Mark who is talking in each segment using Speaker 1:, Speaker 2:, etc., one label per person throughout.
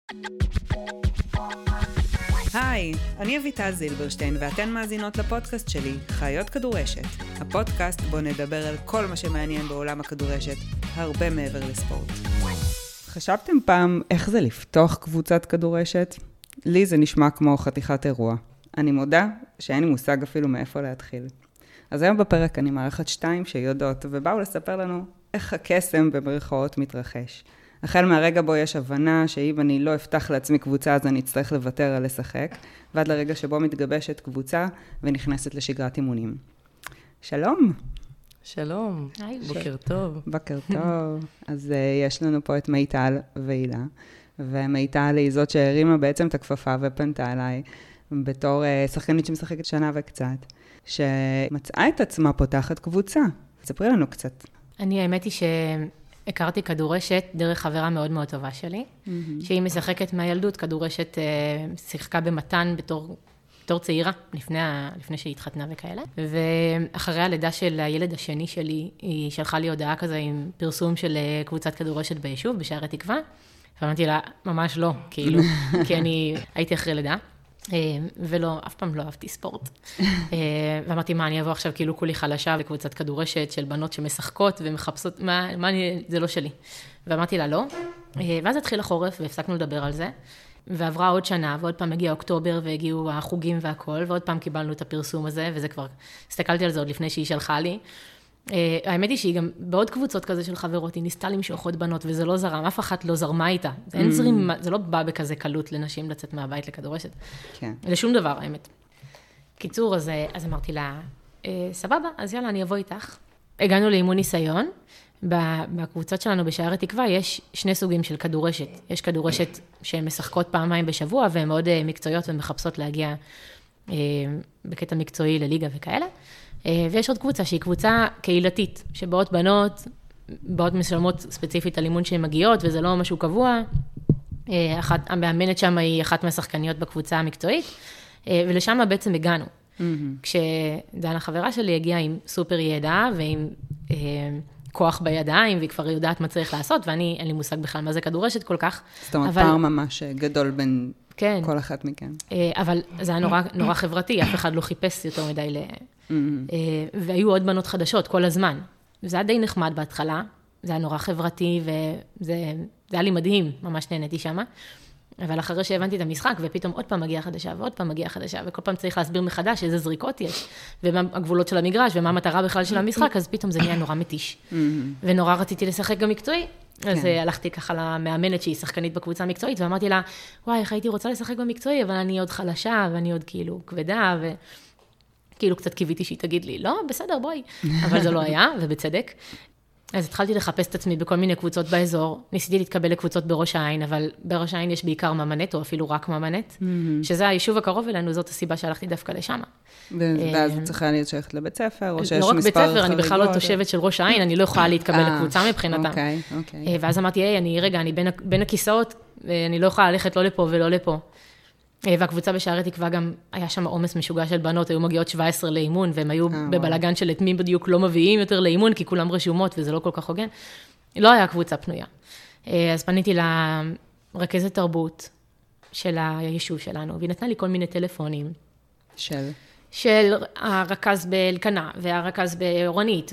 Speaker 1: היי, אני אביטל זילברשטיין ואתן מאזינות לפודקאסט שלי, חיות כדורשת. הפודקאסט בו נדבר על כל מה שמעניין בעולם הכדורשת, הרבה מעבר לספורט. חשבתם פעם איך זה לפתוח קבוצת כדורשת? לי זה נשמע כמו חתיכת אירוע. אני מודה שאין לי מושג אפילו מאיפה להתחיל. אז היום בפרק אני מארחת 2 שיודעות ובאו לספר לנו איך הקסם במרכאות מתרחש. החל מהרגע בו יש הבנה שאם אני לא אפתח לעצמי קבוצה אז אני אצטרך לוותר על לשחק, ועד לרגע שבו מתגבשת קבוצה ונכנסת לשגרת אימונים. שלום.
Speaker 2: שלום, בוקר טוב.
Speaker 1: בוקר טוב. אז יש לנו פה את מיטל והילה, ומיטל היא זאת שהרימה בעצם את הכפפה ופנתה אליי, בתור שחקנית שמשחקת שנה וקצת, שמצאה את עצמה פותחת קבוצה. ספרי לנו קצת.
Speaker 2: האמת היא שהכרתי כדורשת דרך חברה מאוד מאוד טובה שלי, שהיא משחקת מהילדות, כדורשת שיחקה במתן בתור צעירה, לפני שהיא התחתנה וכאלה. ואחרי הלידה של הילד השני שלי, היא שלחה לי הודעה כזה עם פרסום של קבוצת כדורשת ביישוב, בשערי תקווה. ואמרתי לה, ממש לא, כאילו, כי אני הייתי אחרי לידה. ולא, אף פעם לא אהבתי ספורט. ואמרתי, מה, אני אבוא עכשיו כאילו כולי חלשה בקבוצת כדורשת של בנות שמשחקות ומחפשות, זה לא שלי. ואמרתי לה, לא. ואז התחיל החורף והפסקנו לדבר על זה. ועברה עוד שנה, ועוד פעם הגיע אוקטובר והגיעו החוגים והכל, ועוד פעם קיבלנו את הפרסום הזה, וזה כבר, הסתכלתי על זה עוד לפני שהיא שלחה לי. האמת היא שהיא גם בעוד קבוצות כזה של חברות, היא ניסתה למשוך עוד בנות, וזה לא זרם, אף אחת לא זרמה איתה. זה לא בא בכזה קלות לנשים לצאת מהבית לכדורשת.
Speaker 1: כן.
Speaker 2: לשום דבר, האמת. קיצור, אז אמרתי לה, סבבה, אז יאללה, אני אבוא איתך. הגענו לאימון ניסיון. בקבוצות שלנו בשערי תקווה יש 2 סוגים של כדורשת. יש כדורשת שהן משחקות פעמיים בשבוע, והן מאוד מקצועיות ומחפשות להגיע בקטע מקצועי לליגה וכאלה. ויש עוד קבוצה שהיא קבוצה קהילתית, שבאות בנות, באות משלמות ספציפית על אימון שהן מגיעות, וזה לא משהו קבוע. המאמנת שם היא אחת מהשחקניות בקבוצה המקצועית, ולשם בעצם הגענו. כשדנה חברה שלי הגיעה עם סופר ידע, ועם כוח בידיים, והיא כבר יודעת מה צריך לעשות, ואני אין לי מושג בכלל מה זה כדורשת כל כך.
Speaker 1: זאת אומרת, פער ממש גדול בין כל אחת מכן.
Speaker 2: אבל זה היה נורא חברתי, אף אחד לא חיפש יותר מדי והיו עוד בנות חדשות כל הזמן. זה היה די נחמד בהתחלה, זה היה נורא חברתי, וזה היה לי מדהים, ממש נהניתי שמה. אבל אחרי שהבנתי את המשחק, ופתאום עוד פעם מגיעה חדשה, ועוד פעם מגיעה חדשה, וכל פעם צריך להסביר מחדש איזה זריקות יש, ומה הגבולות של המגרש, ומה המטרה בכלל של המשחק, אז פתאום זה נהיה נורא מתיש. ונורא רציתי לשחק גם מקצועי, אז הלכתי ככה למאמנת שהיא שחקנית בקבוצה המקצועית, ואמרתי לה, וואי, איך הייתי רוצה לשחק במקצועי, אבל אני עוד חלשה, ואני עוד כאילו כבדה, וכאילו קצת קיוויתי שהיא תגיד לי, לא, בסדר, בואי. אבל זה לא היה, ובצדק. אז התחלתי לחפש את עצמי בכל מיני קבוצות באזור, ניסיתי להתקבל לקבוצות בראש העין, אבל בראש העין יש בעיקר מאמנת, או אפילו רק מאמנת, שזה היישוב הקרוב אלינו, זאת הסיבה שהלכתי דווקא לשם.
Speaker 1: ואז צריכה להיות שייכת לבית ספר, או שיש מספר
Speaker 2: חריגות? לא רק בית ספר, אני בכלל לא
Speaker 1: חריגות.
Speaker 2: תושבת של ראש העין, אני לא יכולה להתקבל לקבוצה מבחינתם.
Speaker 1: אוקיי.
Speaker 2: ואז אמרתי, אני בין הכיסאות, אני לא יכולה ללכת לא לפה ולא לפה. והקבוצה בשערי תקווה גם היה שם עומס משוגע של בנות, היו מגיעות 17 לאימון, והם היו בבלגן של את מי בדיוק לא מביאים יותר לאימון, כי כולם רשומות, וזה לא כל כך הוגן. לא היה קבוצה פנויה. אז פניתי לרכזת תרבות של היישוב שלנו, והיא נתנה לי כל מיני טלפונים. של הרכז באלקנה, והרכז באורנית,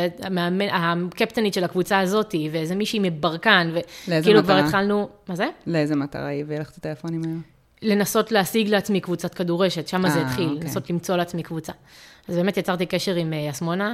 Speaker 2: והקפטנית של הקבוצה הזאת, ואיזה מישהי מברקן, וכאילו כבר התחלנו, מה זה?
Speaker 1: לאיזה מטרה היא הביאה לך את הטלפונים האלה?
Speaker 2: לנסות להשיג לעצמי קבוצת כדורשת, שם זה התחיל, לנסות למצוא לעצמי קבוצה. אז באמת יצרתי קשר עם אסמונה,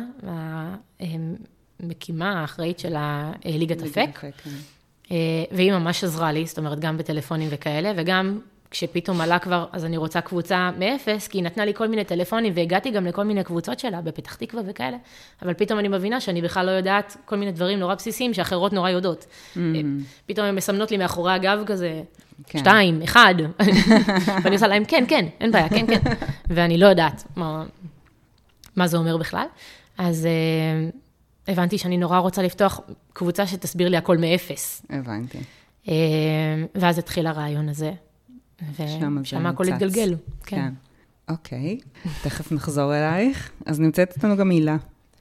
Speaker 2: המקימה האחראית של ליגת אפק, והיא ממש עזרה לי, זאת אומרת, גם בטלפונים וכאלה, וגם כשפתאום עלה כבר, אז אני רוצה קבוצה מאפס, כי היא נתנה לי כל מיני טלפונים, והגעתי גם לכל מיני קבוצות שלה, בפתח תקווה וכאלה, אבל פתאום אני מבינה שאני בכלל לא יודעת כל מיני דברים נורא בסיסיים, שאחרות נורא יודעות. פתאום הן מסמנות לי מאחורי הגב כזה, 2, 1, ואני עושה להם, כן, אין בעיה, כן. ואני לא יודעת מה זה אומר בכלל. אז הבנתי שאני נורא רוצה לפתוח קבוצה שתסביר לי הכל מאפס.
Speaker 1: הבנתי.
Speaker 2: ואז התחיל הרעיון הזה. ושם הכל התגלגל.
Speaker 1: כן. אוקיי, תכף נחזור אלייך. אז נמצאת איתנו גם הילה.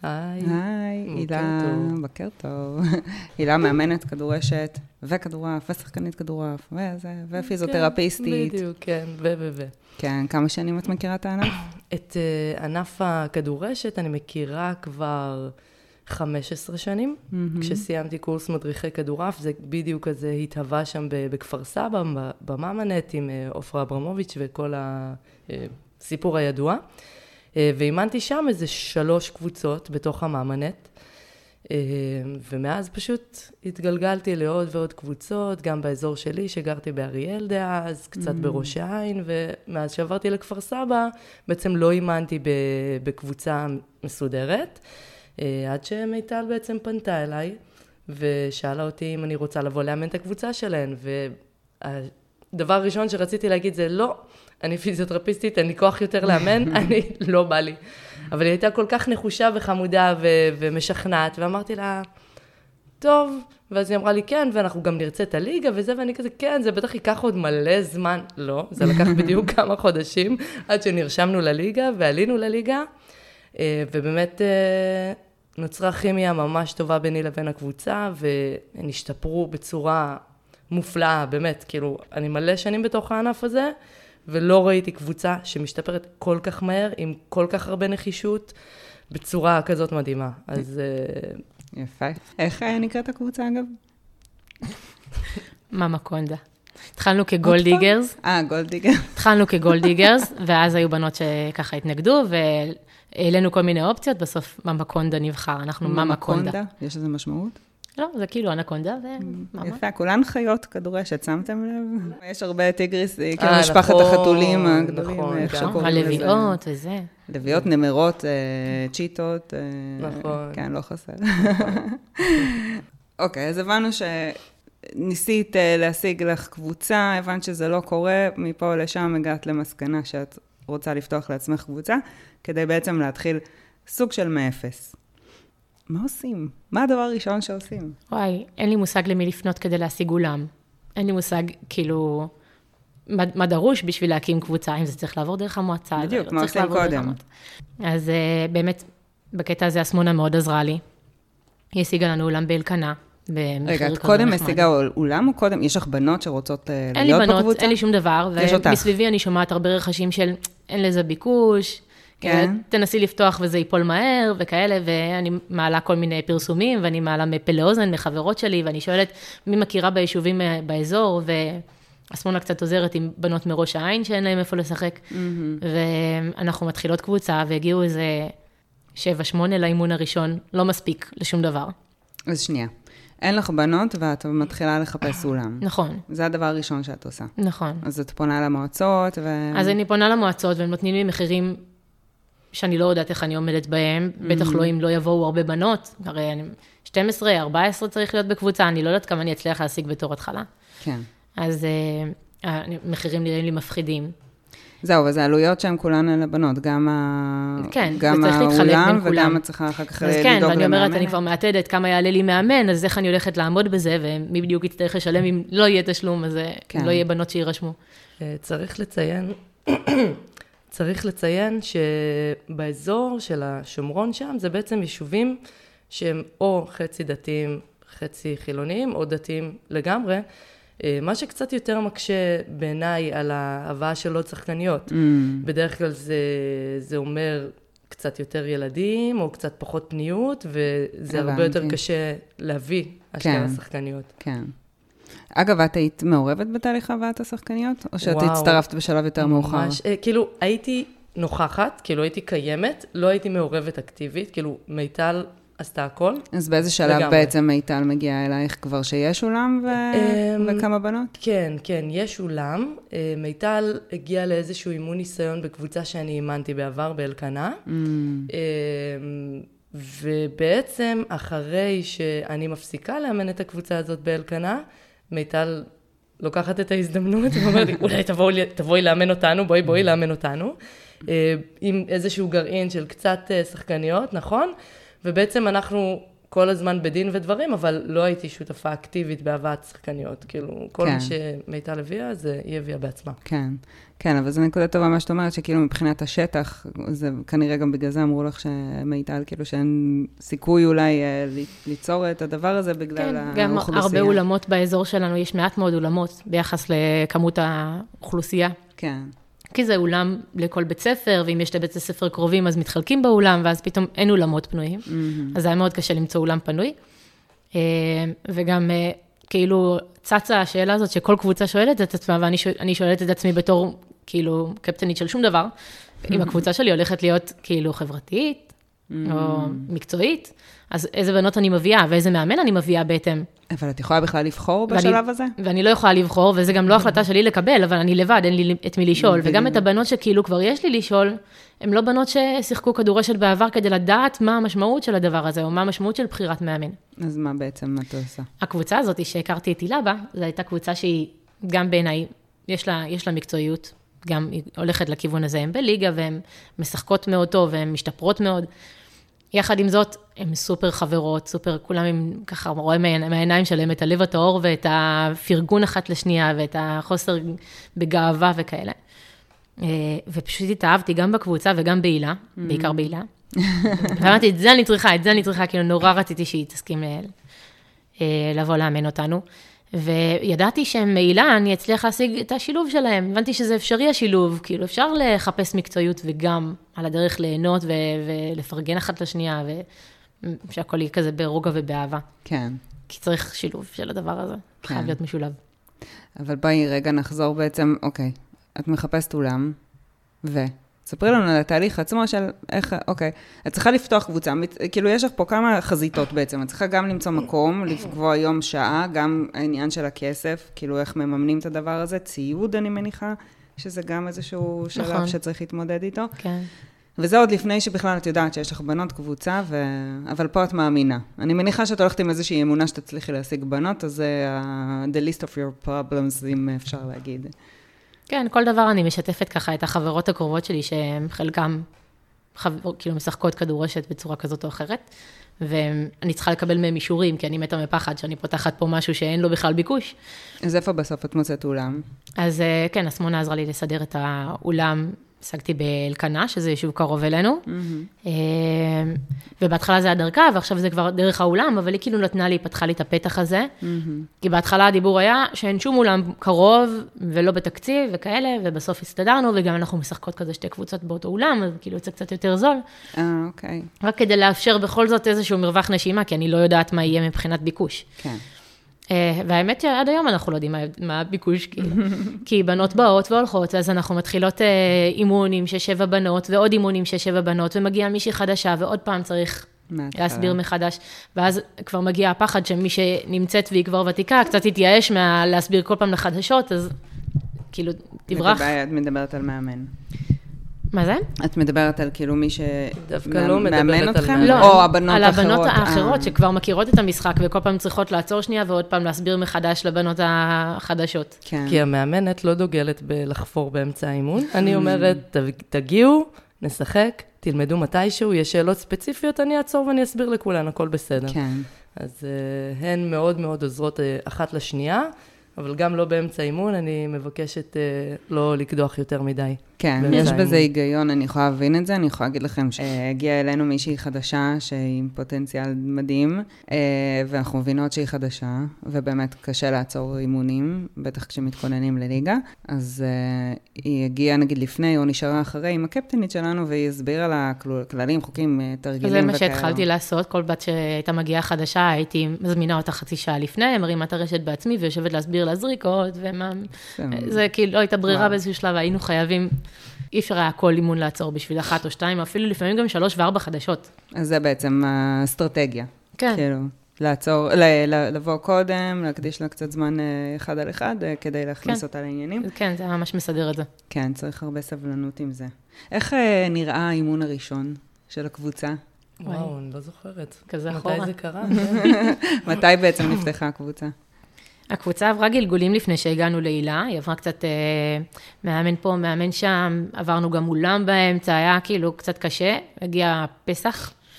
Speaker 3: היי,
Speaker 1: הילה, בוקר טוב. הילה מאמנת כדורשת וכדורעף ושחקנית כדורעף ופיזיותרפיסטית.
Speaker 3: בדיוק, כן,
Speaker 1: כן, כמה שנים את מכירה את הענף?
Speaker 3: את ענף הכדורשת אני מכירה כבר 15 שנים. כשסיימתי קורס מדריכי כדורעף, זה בדיוק כזה התהווה שם בכפר סבא, במאמנת עם עופרה אברמוביץ' וכל הסיפור הידוע. ואימנתי שם איזה 3 קבוצות בתוך המאמנת, ומאז פשוט התגלגלתי לעוד ועוד קבוצות, גם באזור שלי שגרתי באריאל דאז, קצת בראש העין, ומאז שעברתי לכפר סבא, בעצם לא אימנתי בקבוצה מסודרת, עד שמיטל בעצם פנתה אליי, ושאלה אותי אם אני רוצה לבוא לאמן את הקבוצה שלהן, והדבר הראשון שרציתי להגיד זה לא, אני פיזיותרפיסטית, אין לי כוח יותר לאמן, אני לא בא לי. אבל היא הייתה כל כך נחושה וחמודה ומשכנעת, ואמרתי לה, טוב, ואז היא אמרה לי, כן, ואנחנו גם נרצה את הליגה וזה, ואני כזה, כן, זה בטח ייקח עוד מלא זמן. לא, זה לקח בדיוק כמה חודשים, עד שנרשמנו לליגה ועלינו לליגה, ובאמת נוצרה כימיה ממש טובה ביני לבין הקבוצה, והן השתפרו בצורה מופלאה, באמת, כאילו, אני מלא שנים בתוך הענף הזה, ולא ראיתי קבוצה שמשתפרת כל כך מהר, עם כל כך הרבה נחישות, בצורה כזאת מדהימה. אז...
Speaker 1: יפה. איך נקראת הקבוצה, אגב?
Speaker 2: מאמה קונדה. התחלנו כגולדיגרס.
Speaker 1: גולדיגרס.
Speaker 2: התחלנו כגולדיגרס, ואז היו בנות שככה התנגדו, והעלינו כל מיני אופציות, בסוף מאמה קונדה נבחר, אנחנו מאמה קונדה.
Speaker 1: יש לזה משמעות?
Speaker 2: לא, זה כאילו אנקונדה ומאמה.
Speaker 1: יפה, כולן חיות כדורשת, שמתם לב? יש הרבה טיגריס, כאילו משפחת החתולים הגדולים, איך שקוראים לזה.
Speaker 2: הלוויות וזה.
Speaker 1: לוויות, נמרות, צ'יטות.
Speaker 3: נכון.
Speaker 1: כן, לא חסר. אוקיי, אז הבנו שניסית להשיג לך קבוצה, הבנת שזה לא קורה, מפה לשם הגעת למסקנה שאת רוצה לפתוח לעצמך קבוצה, כדי בעצם להתחיל סוג של מאפס. מה עושים? מה הדבר הראשון שעושים?
Speaker 2: וואי, אין לי מושג למי לפנות כדי להשיג אולם. אין לי מושג, כאילו, מה דרוש בשביל להקים קבוצה, אם זה צריך לעבור דרך המועצה.
Speaker 1: בדיוק, מה עושים קודם?
Speaker 2: אז באמת, בקטע הזה הסמונה מאוד עזרה לי. היא השיגה לנו אולם באלקנה.
Speaker 1: רגע, את קודם השיגה אולם או קודם? יש לך בנות שרוצות להיות בקבוצה?
Speaker 2: אין לי בנות, אין לי שום דבר. ומסביבי אני שומעת הרבה רכשים של אין לזה ביקוש, תנסי לפתוח וזה ייפול מהר וכאלה, ואני מעלה כל מיני פרסומים, ואני מעלה מפה לאוזן מחברות שלי, ואני שואלת מי מכירה ביישובים באזור, והסמונה קצת עוזרת עם בנות מראש העין, שאין להם איפה לשחק, ואנחנו מתחילות קבוצה, והגיעו איזה 7-8 לאימון הראשון, לא מספיק לשום דבר.
Speaker 1: אז שנייה, אין לך בנות, ואת מתחילה לחפש אולם.
Speaker 2: נכון.
Speaker 1: זה הדבר הראשון שאת עושה.
Speaker 2: נכון.
Speaker 1: אז את פונה למועצות,
Speaker 2: אז אני פונה למועצות, והם נותנים לי מחירים שאני לא יודעת איך אני עומדת בהם, בטח לא אם לא יבואו הרבה בנות, הרי 12, 14 צריך להיות בקבוצה, אני לא יודעת כמה אני אצליח להשיג בתור התחלה.
Speaker 1: כן.
Speaker 2: אז מחירים נראים לי מפחידים.
Speaker 1: זהו, וזה עלויות שהן כולן על הבנות, גם האולם וגם את צריכה אחר כך לדאוג למאמן.
Speaker 2: אז כן, ואני אומרת, אני כבר מעתדת כמה יעלה לי מאמן, אז איך אני הולכת לעמוד בזה, ומי בדיוק יצטרך לשלם אם לא יהיה תשלום, אז לא יהיה בנות שירשמו.
Speaker 3: צריך לציין שבאזור של השומרון שם, זה בעצם יישובים שהם או חצי דתיים, חצי חילוניים, או דתיים לגמרי, מה שקצת יותר מקשה בעיניי על ההבאה של עוד שחקניות. בדרך כלל זה אומר קצת יותר ילדים, או קצת פחות פניות, וזה הרבה יותר קשה להביא השקעה לשחקניות.
Speaker 1: כן. אגב, את היית מעורבת בתהליך הבאת השחקניות? או שאת הצטרפת בשלב יותר מאוחר?
Speaker 3: ממש, כאילו, הייתי נוכחת, כאילו הייתי קיימת, לא הייתי מעורבת אקטיבית, כאילו מיטל עשתה הכל.
Speaker 1: אז באיזה שלב בעצם מיטל מגיעה אלייך כבר שיש אולם וכמה בנות?
Speaker 3: כן, כן, יש אולם. מיטל הגיעה לאיזשהו אימון ניסיון בקבוצה שאני אימנתי בעבר באלקנה. ובעצם אחרי שאני מפסיקה לאמן את הקבוצה הזאת באלקנה, מיטל לוקחת את ההזדמנות ואומרת לי, אולי תבואי לאמן אותנו, בואי לאמן אותנו, עם איזשהו גרעין של קצת שחקניות, נכון? ובעצם אנחנו כל הזמן בדין ודברים, אבל לא הייתי שותפה אקטיבית בהבאת שחקניות. כאילו, כל מה שמיטל הביאה, זה היא הביאה בעצמה.
Speaker 1: כן, כן, אבל זו נקודה טובה מה שאת אומרת, שכאילו מבחינת השטח, זה כנראה גם בגלל זה אמרו לך שמיטל, כאילו שאין סיכוי אולי ליצור את הדבר הזה בגלל האוכלוסייה.
Speaker 2: גם הרבה אולמות באזור שלנו, יש מעט מאוד אולמות ביחס לכמות האוכלוסייה.
Speaker 1: כן.
Speaker 2: כי זה אולם לכל בית ספר, ואם יש לבית הספר קרובים, אז מתחלקים באולם, ואז פתאום אין אולמות פנויים. אז זה היה מאוד קשה למצוא אולם פנוי. וגם כאילו צצה השאלה הזאת, שכל קבוצה שואלת את עצמה, ואני שואלת את עצמי בתור כאילו קפטנית של שום דבר, אם הקבוצה שלי הולכת להיות כאילו חברתית, או מקצועית, אז איזה בנות אני מביאה, ואיזה מאמן אני מביאה בהתאם.
Speaker 1: אבל את יכולה בכלל לבחור בשלב הזה?
Speaker 2: ואני לא יכולה לבחור, וזה גם לא החלטה שלי לקבל, אבל אני לבד, אין לי את מי לשאול. וגם את הבנות שכאילו כבר יש לי לשאול, הן לא בנות ששיחקו כדורשת בעבר כדי לדעת מה המשמעות של הדבר הזה, או מה המשמעות של בחירת מאמן.
Speaker 1: אז מה בעצם את עושה?
Speaker 2: הקבוצה הזאת שהכרתי את הילה בה, זו הייתה קבוצה שהיא גם בעיניי, יש לה מקצועיות, גם היא הולכת לכיוון הזה, הן בליגה, והן משחקות מאוד טוב, והן משתפרות מאוד. יחד עם זאת, הן סופר חברות, סופר, כולם הם ככה רואים מהעיניים שלהם את הלב הטהור, ואת הפרגון אחת לשנייה, ואת החוסר בגאווה וכאלה. ופשוט התאהבתי גם בקבוצה וגם בהילה, בעיקר בהילה. ואמרתי, את זה אני צריכה, כאילו נורא רציתי שהיא תסכים לבוא לאמן אותנו. וידעתי שמהילה אני אצליח להשיג את השילוב שלהם. הבנתי שזה אפשרי השילוב, כאילו אפשר לחפש מקצועיות וגם על הדרך ליהנות ולפרגן אחת לשנייה, ושהכל יהיה כזה ברוגע ובאהבה.
Speaker 1: כן.
Speaker 2: כי צריך שילוב של הדבר הזה.
Speaker 1: כן.
Speaker 2: חייב להיות משולב.
Speaker 1: אבל בואי רגע נחזור בעצם, אוקיי, את מחפשת אולם, ספרי לנו על התהליך עצמו של איך, אוקיי, את צריכה לפתוח קבוצה, כאילו יש לך פה כמה חזיתות בעצם, את צריכה גם למצוא מקום, לקבוע יום שעה, גם העניין של הכסף, כאילו איך מממנים את הדבר הזה, ציוד אני מניחה, שזה גם איזשהו שלב
Speaker 2: נכון.
Speaker 1: שצריך להתמודד איתו.
Speaker 2: כן.
Speaker 1: וזה עוד לפני שבכלל את יודעת שיש לך בנות קבוצה, אבל פה את מאמינה. אני מניחה שאת הולכת עם איזושהי אמונה שתצליחי להשיג בנות, אז זה the list of your problems, אם אפשר להגיד.
Speaker 2: כן, כל דבר אני משתפת ככה את החברות הקרובות שלי, שהן חלקם כאילו משחקות כדורשת בצורה כזאת או אחרת, ואני צריכה לקבל מהם אישורים, כי אני מתה מפחד שאני פותחת פה משהו שאין לו בכלל ביקוש.
Speaker 1: אז איפה בסוף את מוצאת אולם?
Speaker 2: אז כן, אסמונה עזרה לי לסדר את האולם, עסקתי באלקנה, שזה יישוב קרוב אלינו, ובהתחלה זה היה דרכה, ועכשיו זה כבר דרך האולם, אבל היא כאילו נתנה לי, פתחה לי את הפתח הזה, כי בהתחלה הדיבור היה שאין שום אולם קרוב, ולא בתקציב וכאלה, ובסוף הסתדרנו, וגם אנחנו משחקות כזה שתי קבוצות באותו אולם, אז כאילו יוצא קצת יותר זול.
Speaker 1: אוקיי.
Speaker 2: רק כדי לאפשר בכל זאת איזשהו מרווח נשימה, כי אני לא יודעת מה יהיה מבחינת ביקוש.
Speaker 1: כן.
Speaker 2: והאמת שעד היום אנחנו לא יודעים מה הביקוש, כי בנות באות והולכות, אז אנחנו מתחילות אימונים של 7 בנות, ועוד אימונים של 7 בנות, ומגיעה מישהי חדשה, ועוד פעם צריך להסביר מחדש, ואז כבר מגיע הפחד שמי שנמצאת והיא כבר ותיקה, קצת תתייאש להסביר כל פעם לחדשות, אז כאילו תברח.
Speaker 1: את מדברת על מאמן.
Speaker 2: מה זה?
Speaker 1: את מדברת על כאילו מי
Speaker 3: דווקא לא מדברת
Speaker 1: שמאמן אתכם?
Speaker 2: לא,
Speaker 1: או הבנות
Speaker 2: על
Speaker 1: האחרות?
Speaker 2: הבנות האחרות שכבר מכירות את המשחק, וכל פעם צריכות לעצור שנייה, ועוד פעם להסביר מחדש לבנות החדשות.
Speaker 1: כן.
Speaker 3: כי המאמנת לא דוגלת בלחפור באמצע האימון. אני אומרת, תגיעו, נשחק, תלמדו מתישהו, יש שאלות ספציפיות, אני אעצור ואני אסביר לכולן, הכל בסדר.
Speaker 1: כן.
Speaker 3: אז הן מאוד מאוד עוזרות אחת לשנייה, אבל גם לא באמצע אימון, אני מבקשת לא לקדוח יותר מדי.
Speaker 1: כן, יש בזה היגיון, אני יכולה להבין את זה, אני יכולה להגיד לכם שהגיעה אלינו מישהי חדשה, שהיא עם פוטנציאל מדהים, ואנחנו מבינות שהיא חדשה, ובאמת קשה לעצור אימונים, בטח כשמתכוננים לליגה, אז היא הגיעה נגיד לפני, או נשארה אחרי עם הקפטנית שלנו, והיא הסבירה לה כללים, חוקים, תרגילים
Speaker 2: וכאלה. זה מה שהתחלתי לעשות, כל בת שהייתה מגיעה חדשה, הייתי מזמינה אותה חצי שעה לפני, מרימה את הרשת בעצמי, ויושבת להסביר לה זריקות, ומה, זה כאילו לא הייתה ברירה באיזשהו שלב, היינו חייבים, אי אפשר היה כל אימון לעצור בשביל 1 או 2, אפילו לפעמים גם 3 ו4 חדשות.
Speaker 1: אז זה בעצם האסטרטגיה.
Speaker 2: כן.
Speaker 1: כאילו, לעצור, לבוא קודם, להקדיש לה קצת זמן 1 על 1, כדי להכניס אותה לעניינים.
Speaker 2: כן, זה ממש מסדר את זה.
Speaker 1: כן, צריך הרבה סבלנות עם זה. איך נראה האימון הראשון של הקבוצה?
Speaker 3: וואו, אני לא זוכרת.
Speaker 2: כזה אחורה.
Speaker 3: מתי זה קרה?
Speaker 1: מתי בעצם נפתחה הקבוצה?
Speaker 2: הקבוצה עברה גלגולים לפני שהגענו להילה, היא עברה קצת מאמן פה, מאמן שם, עברנו גם אולם באמצע, היה כאילו קצת קשה, הגיע פסח,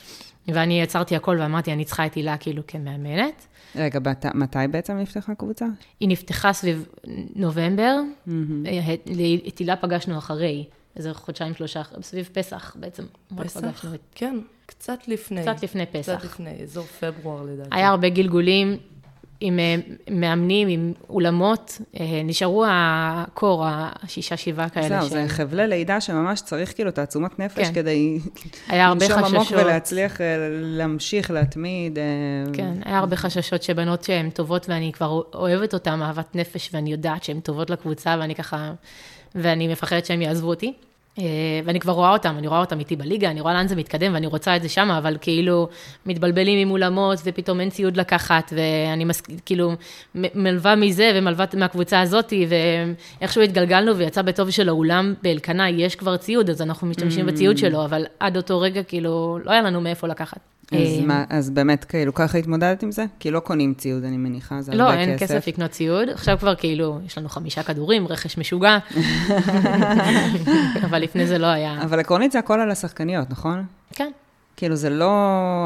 Speaker 2: ואני יצרתי הכל ואמרתי, אני צריכה את הילה כאילו כמאמנת.
Speaker 1: רגע, מתי בעצם נפתחה הקבוצה?
Speaker 2: היא נפתחה סביב נובמבר, את הילה פגשנו אחרי, איזה 2-3, סביב פסח בעצם.
Speaker 3: פסח? כן, קצת לפני.
Speaker 2: קצת לפני פסח.
Speaker 3: קצת לפני, אזור פברואר לדעתי.
Speaker 2: היה הרבה גלגולים עם מאמנים, עם אולמות, נשארו הקור, 6-7 כאלה.
Speaker 1: זהו, זה חבלי לידה שממש צריך כאילו תעצומות נפש
Speaker 2: כן.
Speaker 1: כדי
Speaker 2: היה הרבה
Speaker 1: לנשום עמוק
Speaker 2: חששות.
Speaker 1: ולהצליח להמשיך, להתמיד.
Speaker 2: כן, היה הרבה חששות שבנות שהן טובות ואני כבר אוהבת אותן, אהבת נפש, ואני יודעת שהן טובות לקבוצה, ואני ככה, ואני מפחדת שהן יעזבו אותי. ואני כבר רואה אותם, אני רואה אותם איתי בליגה, אני רואה לאן זה מתקדם, ואני רוצה את זה שם, אבל כאילו מתבלבלים עם אולמות, ופתאום אין ציוד לקחת, ואני כאילו מלווה מזה, ומלווה מהקבוצה הזאת, ואיכשהו התגלגלנו, ויצא בטוב של האולם באלקנה, יש כבר ציוד, אז אנחנו משתמשים בציוד שלו, אבל עד אותו רגע, כאילו, לא היה לנו מאיפה לקחת.
Speaker 1: אז באמת, כאילו, ככה התמודדת עם זה? כי לא קונים ציוד, אני מניחה, זה הרבה כסף.
Speaker 2: לא, אין כסף לקנות ציוד. עכשיו כבר כאילו, יש לנו 5 כדורים, רכש משוגע. אבל לפני זה לא היה.
Speaker 1: אבל עקרונית זה הכל על השחקניות, נכון?
Speaker 2: כן.
Speaker 1: כאילו, זה לא,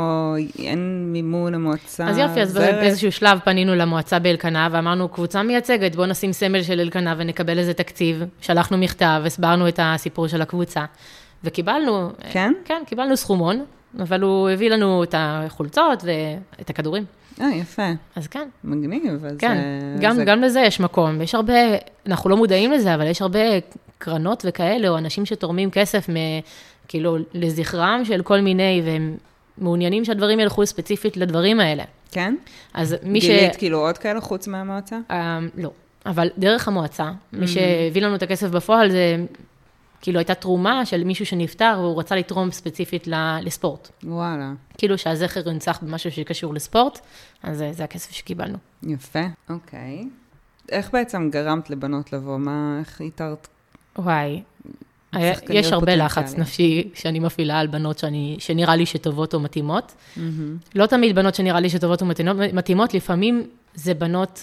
Speaker 1: אין מימון למועצה.
Speaker 2: אז יופי, אז באיזשהו שלב פנינו למועצה באלקנה, ואמרנו, קבוצה מייצגת, בואו נשים סמל של אלקנה ונקבל איזה תקציב. שלחנו מכתב, הסברנו את הסיפור של הקבוצה, וקיבלנו,
Speaker 1: כן?
Speaker 2: כן, קיבלנו סכומון, אבל הוא הביא לנו את החולצות ואת הכדורים.
Speaker 1: יפה.
Speaker 2: אז כן.
Speaker 1: מגניב.
Speaker 2: כן, גם לזה יש מקום. יש הרבה, אנחנו לא מודעים לזה, אבל יש הרבה קרנות וכאלה, או אנשים שתורמים כסף כאילו לזכרם של כל מיני, והם מעוניינים שהדברים ילכו ספציפית לדברים האלה.
Speaker 1: כן?
Speaker 2: אז
Speaker 1: גילית כאילו עוד כאלה חוץ מהמועצה?
Speaker 2: לא, אבל דרך המועצה, מי שהביא לנו את הכסף בפועל זה כאילו הייתה תרומה של מישהו שנפטר, והוא רצה לתרום ספציפית לספורט.
Speaker 1: וואלה.
Speaker 2: כאילו שהזכר ינצח במשהו שקשור לספורט, אז זה הכסף שקיבלנו.
Speaker 1: יפה, אוקיי. איך בעצם גרמת לבנות לבוא? איך התארת?
Speaker 2: וואי, יש הרבה לחץ נפשי שאני מפעילה על בנות שנראה לי שטובות או מתאימות. לא תמיד בנות שנראה לי שטובות או מתאימות, לפעמים זה בנות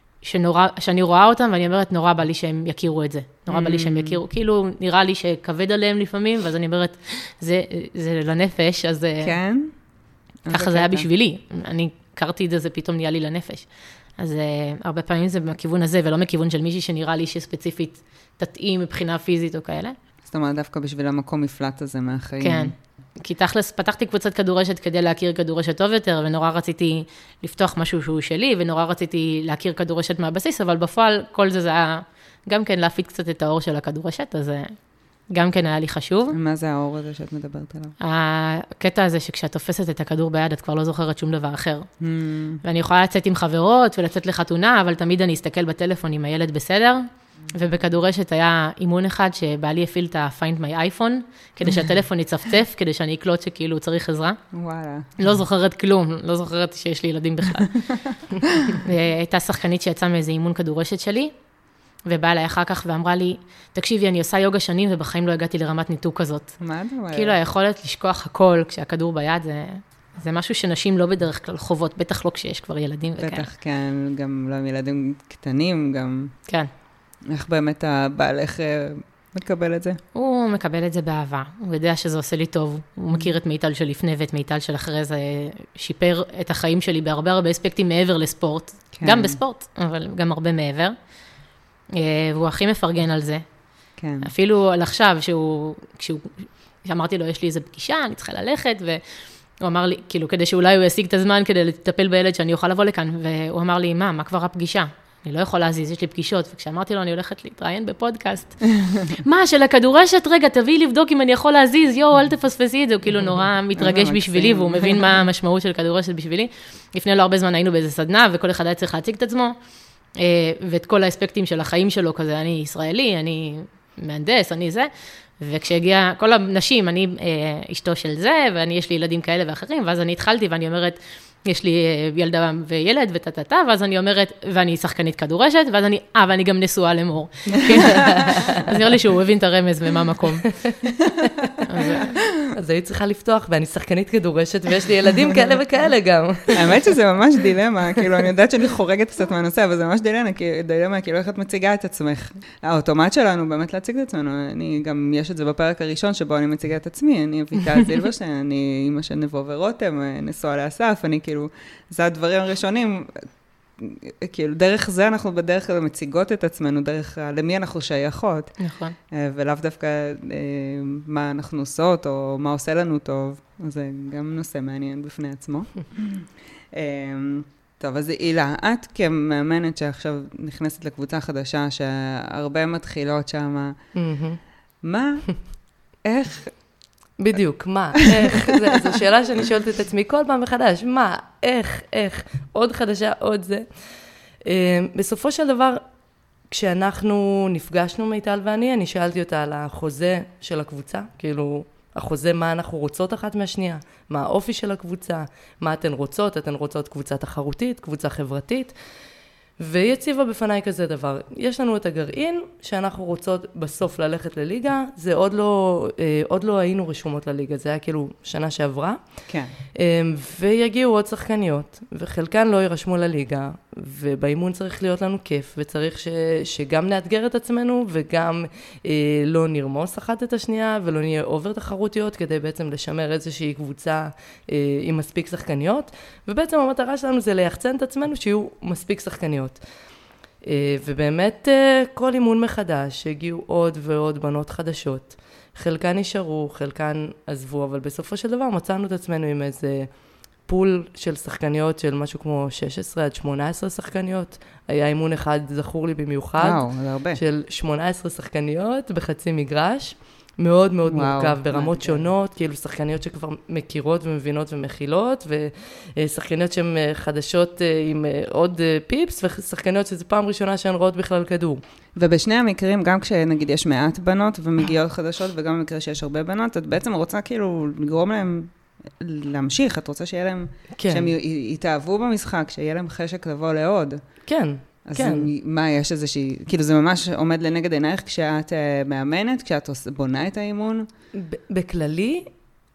Speaker 2: שאני רואה אותם, ואני אומרת, נורא בא לי שהם יכירו את זה. נורא בא לי שהם יכירו, כאילו נראה לי שכבד עליהם לפעמים, ואז אני אומרת, זה לנפש, אז
Speaker 1: כן?
Speaker 2: ככה זה היה בשבילי. אני הכרתי את זה, זה פתאום נהיה לי לנפש. אז הרבה פעמים זה מכיוון הזה, ולא מכיוון של מישהי שנראה לי שספציפית תתאים מבחינה פיזית או כאלה.
Speaker 1: זאת אומרת, דווקא בשביל המקום מפלט הזה מהחיים.
Speaker 2: כן. כי תכלס, פתחתי קבוצת כדורשת כדי להכיר כדורשת טוב יותר, ונורא רציתי לפתוח משהו שהוא שלי, ונורא רציתי להכיר כדורשת מהבסיס, אבל בפועל כל זה היה גם כן להפיץ קצת את האור של הכדורשת, אז גם כן היה לי חשוב.
Speaker 1: מה זה האור הזה שאת מדברת עליו?
Speaker 2: הקטע הזה שכשאת תופסת את הכדור ביד, את כבר לא זוכרת שום דבר אחר. ואני יכולה לצאת עם חברות ולצאת לחתונה, אבל תמיד אני אסתכל בטלפון עם הילד בסדר, ובכדורשת היה אימון אחד שבעלי הפעיל את ה-Find My iPhone, כדי שהטלפון יצפצף, כדי שאני אקלוט שכאילו צריך עזרה.
Speaker 1: וואלה.
Speaker 2: לא זוכרת כלום, לא זוכרת שיש לי ילדים בכלל. הייתה שחקנית שיצאה מאיזה אימון כדורשת שלי, ובאה אליי אחר כך ואמרה לי, תקשיבי, אני עושה יוגה שנים, ובחיים לא הגעתי לרמת ניתוק כזאת.
Speaker 1: מה את אומרת?
Speaker 2: כאילו היכולת לשכוח הכל כשהכדור ביד, זה משהו שנשים לא בדרך כלל חוות, בטח לא כשיש כבר ילדים וכאלה.
Speaker 1: בטח כן, גם לא עם ילדים קטנים, גם...
Speaker 2: כן.
Speaker 1: איך באמת הבעלך מקבל את זה?
Speaker 2: הוא מקבל את זה באהבה, הוא יודע שזה עושה לי טוב, הוא מכיר את מיטל של לפני ואת מיטל של אחרי זה, שיפר את החיים שלי בהרבה הרבה אספקטים מעבר לספורט, כן. גם בספורט, אבל גם הרבה מעבר, והוא הכי מפרגן על זה.
Speaker 1: כן.
Speaker 2: אפילו על עכשיו, כשאמרתי לו, יש לי איזו פגישה, אני צריכה ללכת, והוא אמר לי, כאילו, כדי שאולי הוא ישיג את הזמן כדי לטפל בילד שאני אוכל לבוא לכאן, והוא אמר לי, מה כבר הפגישה? אני לא יכולה להזיז, יש לי פגישות, וכשאמרתי לו, אני הולכת להתראיין בפודקאסט. מה, של הכדורשת? רגע, תביאי לבדוק אם אני יכול להזיז, אל תפספסי את זה, הוא כאילו נורא מתרגש בשבילי, והוא מבין מה המשמעות של כדורשת בשבילי. לפני לא הרבה זמן היינו באיזה סדנה, וכל אחד היה צריך להציג את עצמו, ואת כל האספקטים של החיים שלו, כזה, אני ישראלי, אני מהנדס, אני זה, וכשהגיע כל הנשים, אני אשתו של זה, ואני יש לי ילדים כאלה ואחרים, ואז אני התחלתי ואני אומרת, יש לי ילדה וילד וטטטה, ואז אני אומרת, ואני שחקנית כדורשת, ואז ואני גם נשואה למור. אז נראה לי שהוא הבין את הרמז ומה המקום.
Speaker 3: אז היית צריכה לפתוח, ואני שחקנית כדורשת, ויש לי ילדים כאלה וכאלה גם.
Speaker 1: האמת שזה ממש דילמה, כאילו, אני יודעת שאני חורגת קצת מהנושא, אבל זה ממש דילמה, כאילו, איך את מציגה את עצמך. האוטומט שלנו באמת להציג את עצמנו, גם יש את זה בפרק הראשון, שבו אני מציגה את עצמי, אני אביטל זילברשטיין, אני אמא של נבו ורותם, נשואה לאסף, אני כאילו, זה הדברים הראשונים, כאילו, דרך זה אנחנו בדרך כלל מציגות את עצמנו, דרך למי אנחנו שייכות.
Speaker 2: נכון.
Speaker 1: ולאו דווקא מה אנחנו עושות, או מה עושה לנו טוב. זה גם נושא מעניין בפני עצמו. טוב, אז אילה, את כמאמנת שעכשיו נכנסת לקבוצה חדשה, שהרבה מתחילות שם, מה, איך...
Speaker 3: בדיוק, מה, איך, זו שאלה שאני שואלת את עצמי כל פעם מחדש, מה, איך, עוד חדשה, עוד זה. בסופו של דבר, כשאנחנו נפגשנו מיטל ואני שאלתי אותה על החוזה של הקבוצה, כאילו, החוזה מה אנחנו רוצות אחת מהשנייה, מה האופי של הקבוצה, מה אתן רוצות קבוצה תחרותית, קבוצה חברתית, והיא הציבה בפניי כזה דבר. יש לנו את הגרעין שאנחנו רוצות בסוף ללכת לליגה, זה עוד לא היינו רשומות לליגה, זה היה כאילו שנה שעברה.
Speaker 1: כן.
Speaker 3: ויגיעו עוד שחקניות, וחלקן לא יירשמו לליגה, ובאימון צריך להיות לנו כיף, וצריך שגם נאתגר את עצמנו, וגם לא נרמוס אחת את השנייה, ולא נהיה אובר תחרותיות, כדי בעצם לשמר איזושהי קבוצה עם מספיק שחקניות, ובעצם המטרה שלנו זה ליחצן את עצמנו שיהיו מספיק שחקניות. ובאמת כל אימון מחדש, הגיעו עוד ועוד בנות חדשות, חלקן נשארו, חלקן עזבו, אבל בסופו של דבר מצאנו את עצמנו עם איזה פול של שחקניות של משהו כמו 16 עד 18 שחקניות. היה אימון אחד, זכור לי במיוחד,
Speaker 1: זה הרבה.
Speaker 3: של 18 שחקניות בחצי מגרש, מאוד מאוד מורכב, ברמות שונות, כאילו שחקניות שכבר מכירות ומבינות ומכילות, ושחקניות שהן חדשות עם עוד פיפס, ושחקניות שזו פעם ראשונה שהן רואות בכלל כדור.
Speaker 1: ובשני המקרים, גם כשנגיד יש מעט בנות ומגיעות חדשות, וגם במקרה שיש הרבה בנות, את בעצם רוצה כאילו לגרום להם להמשיך, את רוצה שיהיה להם, שהם יתאהבו במשחק, שיהיה להם חשק לבוא לעוד.
Speaker 3: כן.
Speaker 1: אז מה, יש איזושהי, כאילו זה ממש עומד לנגד עינייך כשאת מאמנת, כשאת בונה את האימון?
Speaker 3: בכללי,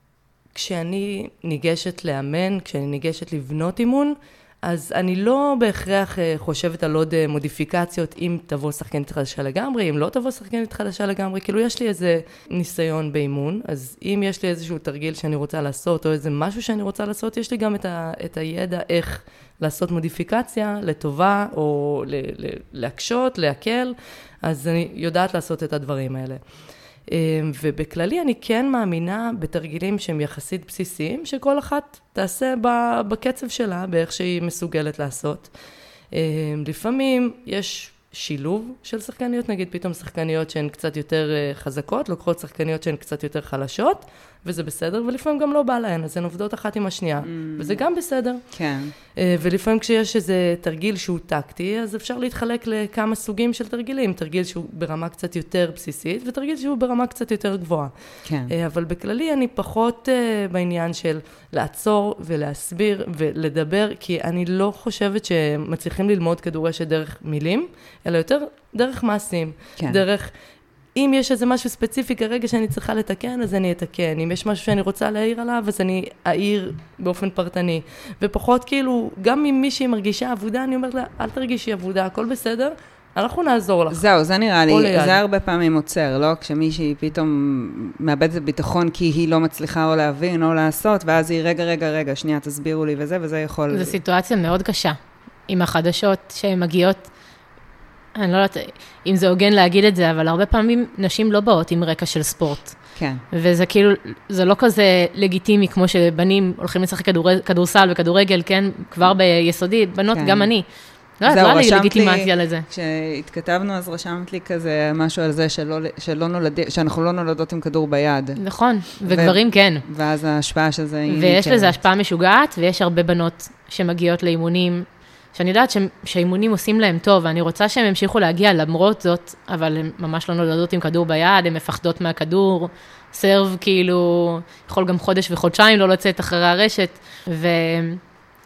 Speaker 3: כשאני ניגשת לאמן, כשאני ניגשת לבנות אימון, אז אני לא בהכרח חושבת על עוד מודיפיקציות, אם תבוא שחקנית חדשה לגמרי, אם לא תבוא שחקנית חדשה לגמרי, כאילו יש לי איזה ניסיון באימון, אז אם יש לי איזשהו תרגיל שאני רוצה לעשות, או איזה משהו שאני רוצה לעשות, יש לי גם את הידע איך לעשות מודיפיקציה לטובה, או להקשות, להקל, אז אני יודעת לעשות את הדברים האלה. ובכללי אני כן מאמינה בתרגילים שהם יחסית בסיסיים, שכל אחת תעשה בקצב שלה, באיך שהיא מסוגלת לעשות. לפעמים יש שילוב של שחקניות, נגיד פתאום שחקניות שהן קצת יותר חזקות, לוקחות שחקניות שהן קצת יותר חלשות, וזה בסדר, ולפעמים גם לא בא להן, אז הן עובדות אחת עם השנייה, וזה גם בסדר.
Speaker 1: כן.
Speaker 3: ולפעמים כשיש איזה תרגיל שהוא טקטי, אז אפשר להתחלק לכמה סוגים של תרגילים, תרגיל שהוא ברמה קצת יותר בסיסית, ותרגיל שהוא ברמה קצת יותר גבוהה.
Speaker 1: כן.
Speaker 3: אבל בכללי אני פחות בעניין של לעצור ולהסביר ולדבר, כי אני לא חושבת שמצליחים ללמוד כדורשת דרך מילים, אלא יותר דרך מעשים,
Speaker 1: כן.
Speaker 3: דרך... אם יש איזה משהו ספציפי כרגע שאני צריכה לתקן, אז אני אתקן. אם יש משהו שאני רוצה להעיר עליו, אז אני אעיר באופן פרטני. ופחות כאילו, גם אם מישהי מרגישה עבודה, אני אומרת לה, אל תרגישי עבודה, הכל בסדר, אנחנו נעזור לך.
Speaker 1: זהו, זה נראה לי, זה הרבה פעמים עוצר, לא? כשמישהי פתאום מאבדת ביטחון כי היא לא מצליחה או להבין או לעשות, ואז היא רגע, שנייה, תסבירו לי וזה יכול...
Speaker 2: זו סיטואציה מאוד קשה, עם החדשות שהן מגיעות, אני לא יודעת אם זה הוגן להגיד את זה, אבל הרבה פעמים נשים לא באות עם רקע של ספורט.
Speaker 1: כן.
Speaker 2: וזה כאילו, זה לא כזה לגיטימי, כמו שבנים הולכים לשחק כדורסל וכדורגל, כן? כבר ביסודי, בנות, גם אני. לא היה לי לגיטימציה לזה.
Speaker 1: כשהתכתבנו, אז רשמת לי כזה משהו על זה שאנחנו לא נולדות עם כדור ביד.
Speaker 2: נכון, וגברים כן.
Speaker 1: ואז ההשפעה של זה...
Speaker 2: ויש לזה השפעה משוגעת, ויש הרבה בנות שמגיעות לאימונים, שאני יודעת שהאימונים עושים להם טוב, ואני רוצה שהם המשיכו להגיע למרות זאת, אבל הן ממש לא נולדות עם כדור ביד, הן מפחדות מהכדור, סרב כאילו, יכול גם חודש וחודשיים לא לצאת אחרי הרשת,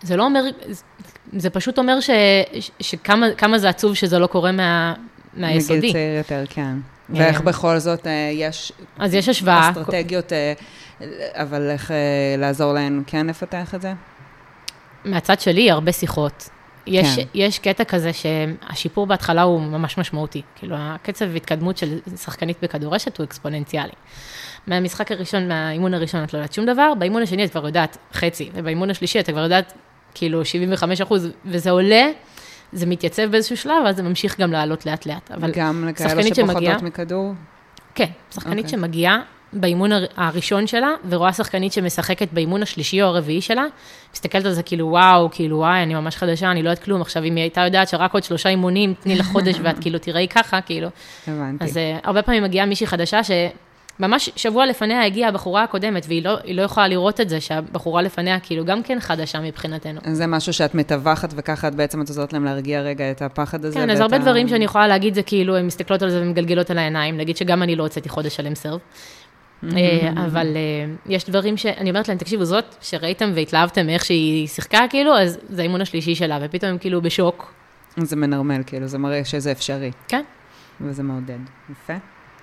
Speaker 2: זה לא אומר, זה פשוט אומר שכמה זה עצוב שזה לא קורה מהיסודי.
Speaker 1: מגיל צעיר יותר, כן. ואיך בכל זאת יש...
Speaker 2: אז יש השוואה.
Speaker 1: אסטרטגיות, אבל איך לעזור להן כן לפתח את זה?
Speaker 2: מהצד שלי, הרבה שיחות. יש קטע כזה שהשיפור בהתחלה הוא ממש משמעותי. כאילו, הקצב והתקדמות של שחקנית בכדורשת הוא אקספוננציאלי. מהמשחק הראשון, מהאימון הראשון, את לא יודעת שום דבר, באימון השני את כבר יודעת חצי, ובאימון השלישי את כבר יודעת כאילו 75%, וזה עולה, זה מתייצב באיזשהו שלב, אז זה ממשיך גם לעלות לאט לאט.
Speaker 1: גם לכאלה שפוחדות מכדור?
Speaker 2: כן, שחקנית שמגיעה באימון הראשון שלה, ורואה שחקנית שמשחקת באימון השלישי או הרביעי שלה, מסתכלת על זה כאילו וואו, כאילו וואי, אני ממש חדשה, אני לא יודעת כלום, עכשיו אם היא הייתה יודעת שרק עוד 3 אימונים, תני לחודש ואת כאילו תראי ככה, כאילו.
Speaker 1: הבנתי.
Speaker 2: אז הרבה פעמים מגיעה מישהי חדשה ממש שבוע לפניה הגיעה הבחורה הקודמת, והיא לא יכולה לראות את זה, שהבחורה לפניה כאילו גם כן חדשה מבחינתנו.
Speaker 1: זה משהו שאת מתווכת, וככה את בעצם את עוזרת להם להרגיע רגע את הפחד הזה.
Speaker 2: כן, אז הרבה דברים שאני יכולה להגיד זה כאילו, הן מסתכלות על זה ומגלגלות על העיניים, נגיד שגם אני לא הוצאתי חודש שלם סרב, אבל יש דברים שאני אומרת להם, תקשיבו, זאת שראיתם והתלהבתם מאיך שהיא שיחקה כאילו, אז זה האימון השלישי שלה, ופתאום הם כאילו בשוק.
Speaker 1: זה מנרמל כאילו, זה מראה שזה אפשרי.
Speaker 2: כן. וזה
Speaker 1: מעודד. יפה.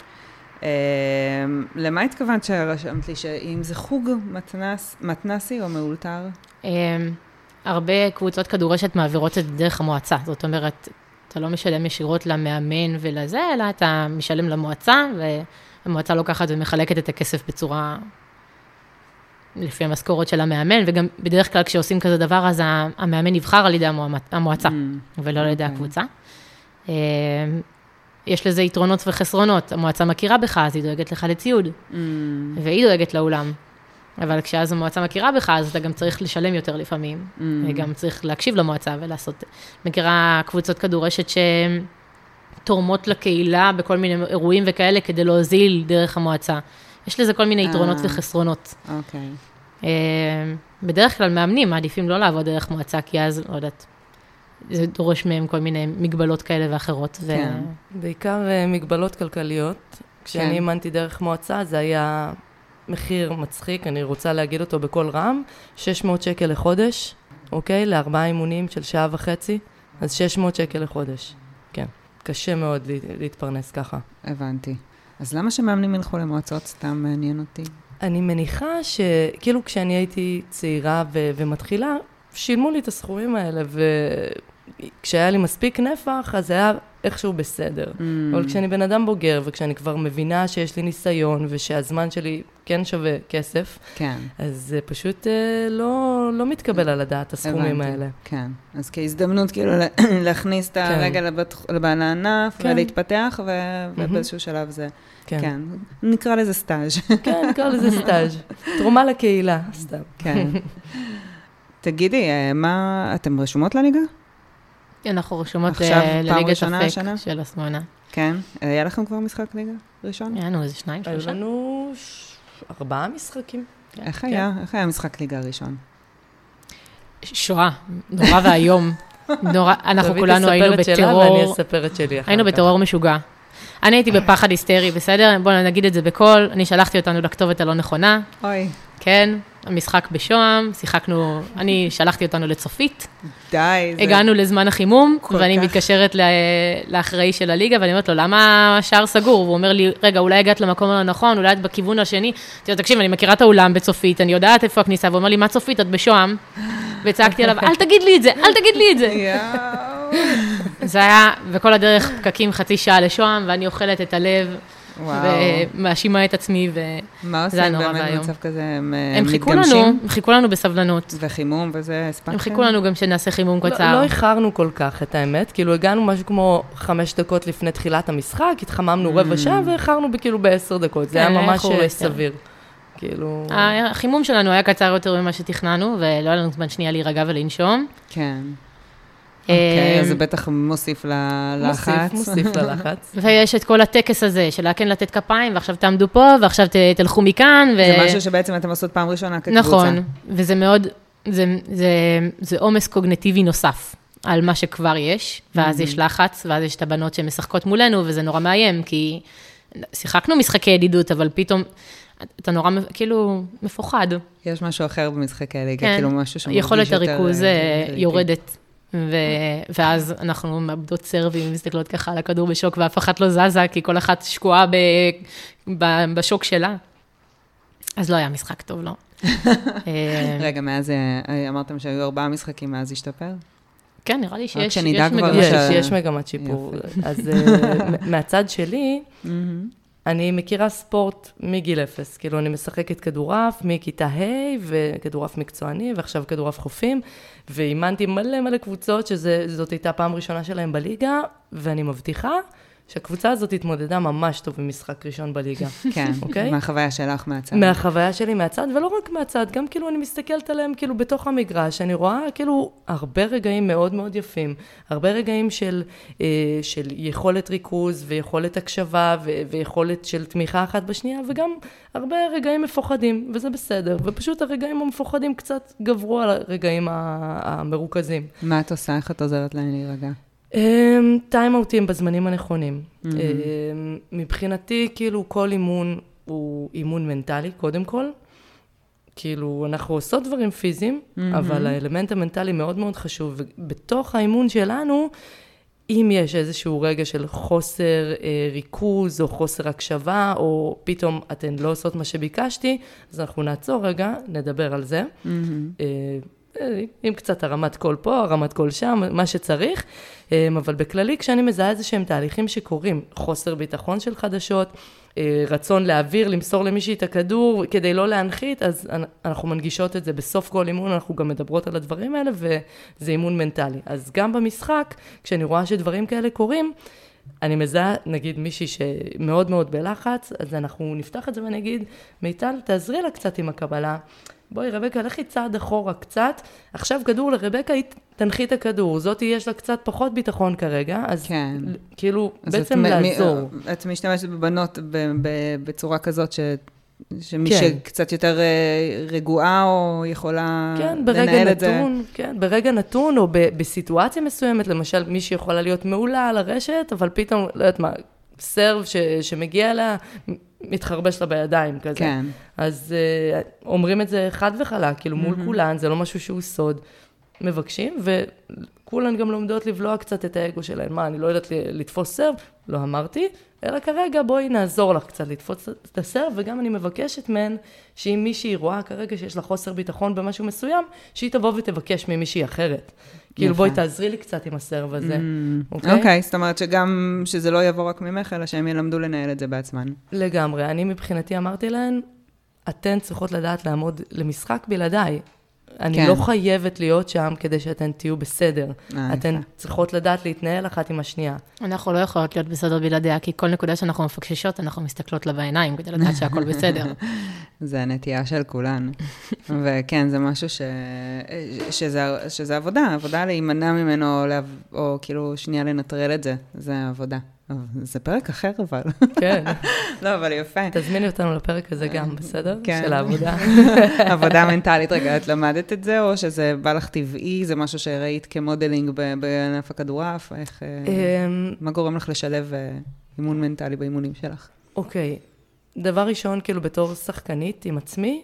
Speaker 1: למה התכוונת שרשמת לי שאם זה חוג מתנסי או מאולתר?
Speaker 2: הרבה קבוצות כדורשת מעבירות את דרך המועצה, זאת אומרת, אתה לא משלם ישירות למאמן ולזה, אלא אתה משלם למועצה, והמועצה לוקחת ומחלקת את הכסף בצורה לפי המשכורת של המאמן, וגם בדרך כלל כשעושים כזה דבר, אז המאמן נבחר על ידי המועצה, ולא על ידי הקבוצה. יש לזה יתרונות וחסרונות, המועצה מכירה בך, אז היא דואגת לך לציוד, והיא דואגת לאולם. אבל כשאז המועצה מכירה בך, אז אתה גם צריך לשלם יותר לפעמים, וגם צריך להקשיב למועצה ולעשות, מכירה קבוצות כדורשת שתורמות לקהילה בכל מיני אירועים וכאלה, כדי להוזיל דרך המועצה. יש לזה כל מיני יתרונות וחסרונות.
Speaker 1: אוקיי.
Speaker 2: בדרך כלל מאמנים מעדיפים לא לעבוד דרך מועצה, כי אז, לא יודעת, זה דורש מהם כל מיני מגבלות כאלה ואחרות.
Speaker 3: כן. בעיקר מגבלות כלכליות. כשאני אימנתי דרך מועצה, זה היה מחיר מצחיק, אני רוצה להגיד אותו בכל רם, 600 שקל לחודש, אוקיי? ל4 אימונים של 1.5 שעות, אז 600 שקל לחודש. כן, קשה מאוד להתפרנס ככה.
Speaker 1: הבנתי. אז למה שמאמנים ילכו למועצות? סתם מעניין אותי.
Speaker 3: אני מניחה שכאילו כשאני הייתי צעירה ומתחילה, שילמו לי את הסכומים האלה, וכשהיה לי מספיק נפח, אז היה איכשהו בסדר. אבל כשאני בן אדם בוגר, וכשאני כבר מבינה שיש לי ניסיון, ושהזמן שלי כן שווה כסף,
Speaker 1: כן.
Speaker 3: אז זה פשוט לא מתקבל על הדעת, הסכומים האלה.
Speaker 1: כן. אז כהזדמנות כאילו להכניס את הרגע לבעל הענף, ולהתפתח, ובאיזשהו שלב זה... כן. נקרא לזה סטאז'.
Speaker 3: כן, נקרא לזה סטאז'. תרומה לקהילה, סתם.
Speaker 1: כן. תגידי, מה, אתם רשומות לליגה?
Speaker 2: אנחנו רשומות לליגת אפק של הסמונה.
Speaker 1: כן? היה לכם כבר משחק ליגה ראשון?
Speaker 2: היה לנו איזה 2, 3.
Speaker 3: היה לנו 4 משחקים.
Speaker 1: איך היה משחק ליגה הראשון?
Speaker 2: שואה, נורא והיום. אנחנו כולנו היינו בטרור.
Speaker 3: ואני אספר את שלי אחר
Speaker 2: היינו בטרור משוגע. אני הייתי בפחד היסטרי, בסדר? בואו נגיד את זה בקול. אני שלחתי אותנו לכתובת הלא נכונה.
Speaker 1: אוי.
Speaker 2: כן, המשחק בשוהם, שיחקנו, אני שלחתי אותנו לצופית.
Speaker 1: די.
Speaker 2: הגענו לזמן החימום, ואני מתקשרת לאחראי של הליגה, ואני אומרת לו, למה השער סגור? והוא אומר לי, רגע, אולי הגעת למקום הלא נכון, אולי את בכיוון השני. תקשיב, אני מכירה את האולם בצופית, אני יודעת איפה הכניסה, והוא אומר לי, מה צופית? את בשוהם. וצעקתי עליו, אל תגיד לי את זה, אל תגיד לי את זה. זה היה, וכל הדרך פקקים 0.5 שעה לשוהם, ואני אוכלת את הלב, ומאשימה את עצמי,
Speaker 1: מה עושים באמת במצב כזה?
Speaker 2: הם חיכו לנו בסבלנות.
Speaker 1: וחימום וזה, הספקתם?
Speaker 2: הם חיכו לנו גם שנעשה חימום קצר.
Speaker 3: לא איחרנו כל כך את האמת, כאילו הגענו משהו כמו 5 דקות לפני תחילת המשחק, התחממנו רבע שעה, ואיחרנו כאילו ב10 דקות, זה היה ממש סביר.
Speaker 2: החימום שלנו היה קצר יותר ממה שתכננו, ולא היה לנו זמן שנייה להירגע ולנשום.
Speaker 1: כן. אוקיי, אז זה בטח מוסיף ללחץ.
Speaker 3: מוסיף ללחץ.
Speaker 2: ויש את כל הטקס הזה, של כן לתת כפיים, ועכשיו תעמדו פה, ועכשיו תלכו מכאן.
Speaker 1: זה משהו שבעצם אתם עושות פעם ראשונה כקבוצה.
Speaker 2: נכון, וזה מאוד, זה עומס קוגניטיבי נוסף על מה שכבר יש, ואז יש לחץ, ואז יש את הבנות שמשחקות מולנו, וזה נורא מאיים, כי שיחקנו משחקי ידידות, אבל פתאום אתה נורא כאילו מפוחד.
Speaker 1: יש משהו אחר במשחקי ליגה, כאילו משהו שמרגיש יותר...
Speaker 2: יכולת הריכוז יורדת. ואז אנחנו מאבדות סרבים, מסתכלות ככה על הכדור בשוק, ואף אחת לא זזה, כי כל אחת שקועה בשוק שלה. אז לא היה משחק טוב, לא.
Speaker 1: רגע, מאז אמרתם שהיו 4 משחקים, מאז השתפר?
Speaker 2: כן, נראה לי שיש
Speaker 3: מגמת שיפור. אז מהצד שלי, אני מכירה ספורט מגיל 0, כאילו אני משחקת כדורעף מכיתה ה' וכדורעף מקצועני, ועכשיו כדורעף חופים, ואימנתי מלא קבוצות, שזאת הייתה פעם ראשונה שלהם בליגה, ואני מבטיחה שהקבוצה הזאת התמודדה ממש טוב במשחק ראשון בליגה.
Speaker 1: כן, מהחוויה שלך מהצד.
Speaker 3: מהחוויה שלי מהצד, ולא רק מהצד, גם כאילו אני מסתכלת עליהם כאילו בתוך המגרש, אני רואה כאילו הרבה רגעים מאוד מאוד יפים, הרבה רגעים של יכולת ריכוז, ויכולת הקשבה, ויכולת של תמיכה אחת בשנייה, וגם הרבה רגעים מפוחדים, וזה בסדר, ופשוט הרגעים המפוחדים קצת גברו על הרגעים המרוכזים.
Speaker 1: מה את עושה? איך את עוזרת להם להירגע?
Speaker 3: טיים-אוטים בזמנים הנכונים. מבחינתי, כאילו, כל אימון הוא אימון מנטלי, קודם כל. כאילו, אנחנו עושות דברים פיזיים, אבל האלמנט המנטלי מאוד מאוד חשוב. ובתוך האימון שלנו, אם יש איזשהו רגע של חוסר ריכוז, או חוסר הקשבה, או פתאום אתן לא עושות מה שביקשתי, אז אנחנו נעצור רגע, נדבר על זה. עם קצת הרמת קול פה, הרמת קול שם, מה שצריך, אבל בכללי, כשאני מזהה איזה שהם תהליכים שקורים, חוסר ביטחון של חדשות, רצון להעביר, למסור למישהי את הכדור, כדי לא להנחית, אז אנחנו מנגישות את זה בסוף כל אימון, אנחנו גם מדברות על הדברים האלה, וזה אימון מנטלי. אז גם במשחק, כשאני רואה שדברים כאלה קורים, אני מזהה, נגיד, מישהי שמאוד מאוד בלחץ, אז אנחנו נפתח את זה ונגיד, מיטל, תעזרי לה קצת עם הקבלה, בואי, רבקה, לכי צעד אחורה קצת, עכשיו כדור לרבקה, היא תנחי את הכדור, זאת יש לה קצת פחות ביטחון כרגע, אז כן. כאילו, אז בעצם לעזור.
Speaker 1: את משתמשת בבנות בצורה כזאת שמי שקצת יותר רגועה או יכולה לנהל את זה.
Speaker 3: כן, ברגע נתון או בסיטואציה מסוימת, למשל מישהי יכולה להיות מעולה על הרשת, אבל פתאום, לא יודעת מה, סרב שמגיע לה, מתחרבש לה בידיים כזה. כן. אז אומרים את זה חד וחלק, כאילו מול כולן, זה לא משהו שהוא סוד. מבקשים, וכולן גם לומדות לבלוע קצת את האגו שלהן. מה, אני לא יודעת לתפוס סרב? לא אמרתי, אלא כרגע בואי נעזור לך קצת לתפוס את הסרב, וגם אני מבקשת מהן שאם מישהי רואה כרגע שיש לה חוסר ביטחון במשהו מסוים, שהיא תבוא ותבקש ממישהי אחרת. כאילו בואי תעזרי לי קצת עם הסרב הזה.
Speaker 1: אוקיי, זאת אומרת שגם שזה לא יבוא רק ממך, אלא שהם ילמדו לנהל את זה בעצמן.
Speaker 3: לגמרי. אני מבחינתי אמרתי להן, אתן צריכות לדעת לעמוד למשחק בלעדיי. אני לא חייבת להיות שם כדי שאתן תהיו בסדר. אתן צריכות לדעת להתנהל אחת עם השנייה.
Speaker 2: אנחנו לא יכולות להיות בסדר בלעדיה, כי כל נקודה שאנחנו מפקששות, אנחנו מסתכלות לה בעיניים, כדי לדעת שהכל בסדר.
Speaker 1: זה הנטייה של כולן. וכן, זה משהו שזה עבודה להימנע ממנו, או כאילו שנייה לנטרל את זה. זה עבודה. זה פרק אחר אבל.
Speaker 3: כן.
Speaker 1: לא, אבל יפה.
Speaker 3: תזמיני אותנו לפרק הזה גם, בסדר? כן. של העבודה.
Speaker 1: עבודה מנטלית, רגע, את למדת את זה, או שזה בא לך טבעי, זה משהו שראית כמודלינג בענף הכדורעף? מה גורם לך לשלב אימון מנטלי באימונים שלך?
Speaker 3: אוקיי. דבר ראשון, כאילו בתור שחקנית עם עצמי,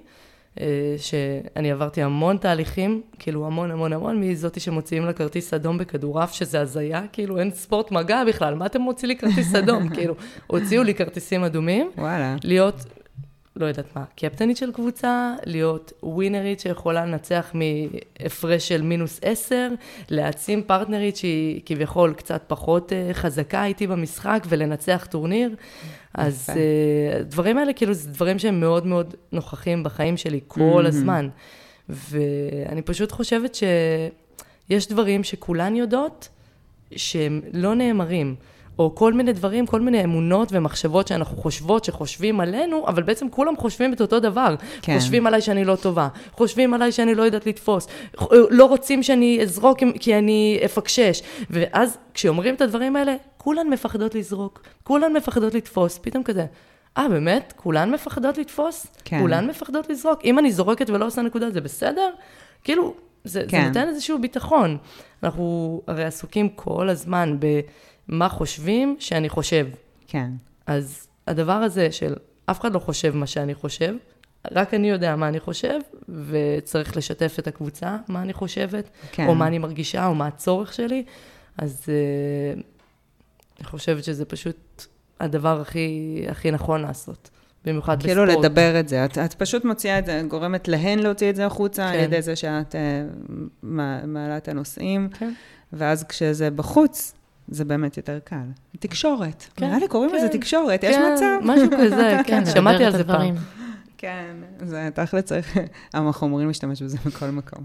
Speaker 3: שאני עברתי המון תהליכים, כאילו המון, מזאתי שמוציאים לה כרטיס אדום בכדורעף, שזה הזיה, כאילו אין ספורט מגע בכלל, מה אתם מוצאים לי כרטיס אדום? כאילו, הוציאו לי כרטיסים אדומים, להיות, לא יודעת מה, קפטנית של קבוצה, להיות ווינרית שיכולה לנצח מהפרש של -10, להעצים פרטנרית שהיא כביכול קצת פחות חזקה איתי במשחק, ולנצח טורניר, אז דברים האלה, כאילו, זה דברים שהם מאוד מאוד נוכחים בחיים שלי כל הזמן. ואני פשוט חושבת שיש דברים שכולן יודעות שהם לא נאמרים. או כל מיני דברים, כל מיני אמונות ומחשבות שאנחנו חושבות, שחושבים עלינו, אבל בעצם כולם חושבים את אותו דבר. כן. חושבים עליי שאני לא טובה, חושבים עליי שאני לא יודעת לתפוס, לא רוצים שאני אזרוק כי אני אפקשש. ואז כשאומרים את הדברים האלה, כולן מפחדות לזרוק, כולן מפחדות לתפוס, פתאום כזה. באמת? כולן מפחדות לתפוס? כן. כולן מפחדות לזרוק? אם אני זורקת ולא עושה נקודה, זה בסדר? כאילו, זה נותן איזשהו ביטחון. אנחנו הרי עסוקים כל הזמן מה חושבים שאני חושב.
Speaker 1: כן.
Speaker 3: אז הדבר הזה של אף אחד לא חושב מה שאני חושב, רק אני יודע מה אני חושב, וצריך לשתף את הקבוצה, מה אני חושבת, כן. או מה אני מרגישה, או מה הצורך שלי, אז אני חושבת שזה פשוט הדבר הכי נכון לעשות. במיוחד בספורט.
Speaker 1: כאילו לדבר את זה, את פשוט מוציאה את זה, גורמת להן להוציא את זה החוצה, על ידי זה שאת מעלה את הנושאים, ואז כשזה בחוץ, זה באמת יותר קל. תקשורת. נראה לי קוראים לזה תקשורת, יש מצב.
Speaker 3: משהו כזה, כן, שמעתי על זה פעם.
Speaker 1: כן, זה תכל'ס צריך, אנחנו אומרים להשתמש בזה בכל מקום.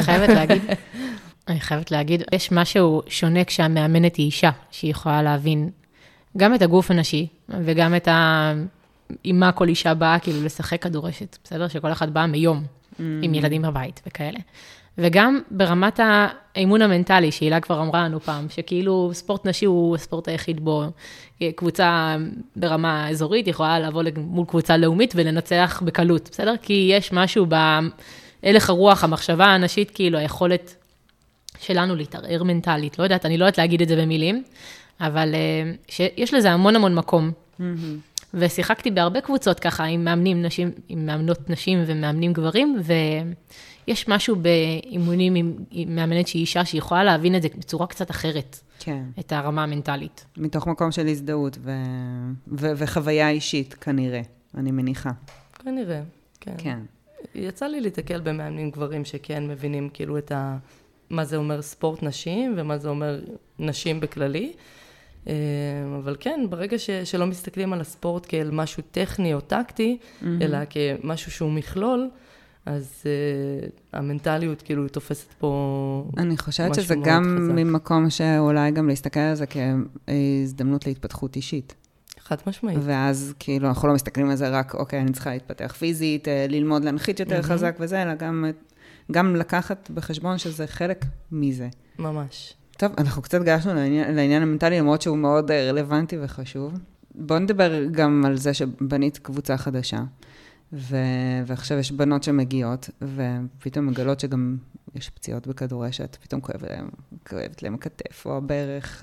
Speaker 2: אני חייבת להגיד, יש משהו שונה כשהמאמנת היא אישה, שהיא יכולה להבין גם את הגוף הנשי, וגם את עם מה כל אישה באה, כאילו לשחק כדורשת, בסדר? שכל אחד באה מיום, עם ילדים בבית וכאלה. וגם ברמת האימון המנטלי, שהילה כבר אמרה לנו פעם, שכאילו ספורט נשי הוא הספורט היחיד בו, קבוצה ברמה אזורית יכולה לבוא מול קבוצה לאומית ולנצח בקלות, בסדר? כי יש משהו בהלך הרוח, המחשבה הנשית, כאילו היכולת שלנו להתערער מנטלית, לא יודעת, אני לא יודעת להגיד את זה במילים, אבל יש לזה המון מקום. ושיחקתי בהרבה קבוצות ככה, עם מאמנים נשים, עם מאמנות נשים ומאמנים גברים, ויש משהו באימונים עם מאמנת שהיא אישה, שיכולה להבין את זה בצורה קצת אחרת, כן. את הרמה המנטלית.
Speaker 1: מתוך מקום של הזדהות וחוויה אישית, כנראה, אני מניחה.
Speaker 3: כנראה, כן. כן. יצא לי להתקל במאמנים גברים שכן מבינים כאילו מה זה אומר ספורט נשים, ומה זה אומר נשים בכללי, אבל כן, ברגע שלא מסתכלים על הספורט כאל משהו טכני או טקטי, אלא כמשהו שהוא מכלול, אז המנטליות כאילו תופסת פה
Speaker 1: אני חושבת שזה גם ממקום שאולי גם להסתכל על זה כהזדמנות להתפתחות אישית.
Speaker 3: חד משמעית.
Speaker 1: ואז כאילו אנחנו לא מסתכלים על זה רק, אוקיי, אני צריכה להתפתח פיזית, ללמוד להנחית יותר חזק וזה, אלא גם לקחת בחשבון שזה חלק מזה.
Speaker 3: ממש.
Speaker 1: טוב, אנחנו קצת גשנו לעניין המנטלי, למרות שהוא מאוד רלוונטי וחשוב. בואו נדבר גם על זה שבנית קבוצה חדשה, ועכשיו יש בנות שמגיעות, ופתאום מגלות שגם יש פציעות בכדורשת, פתאום כואבת להם הכתף או הברך,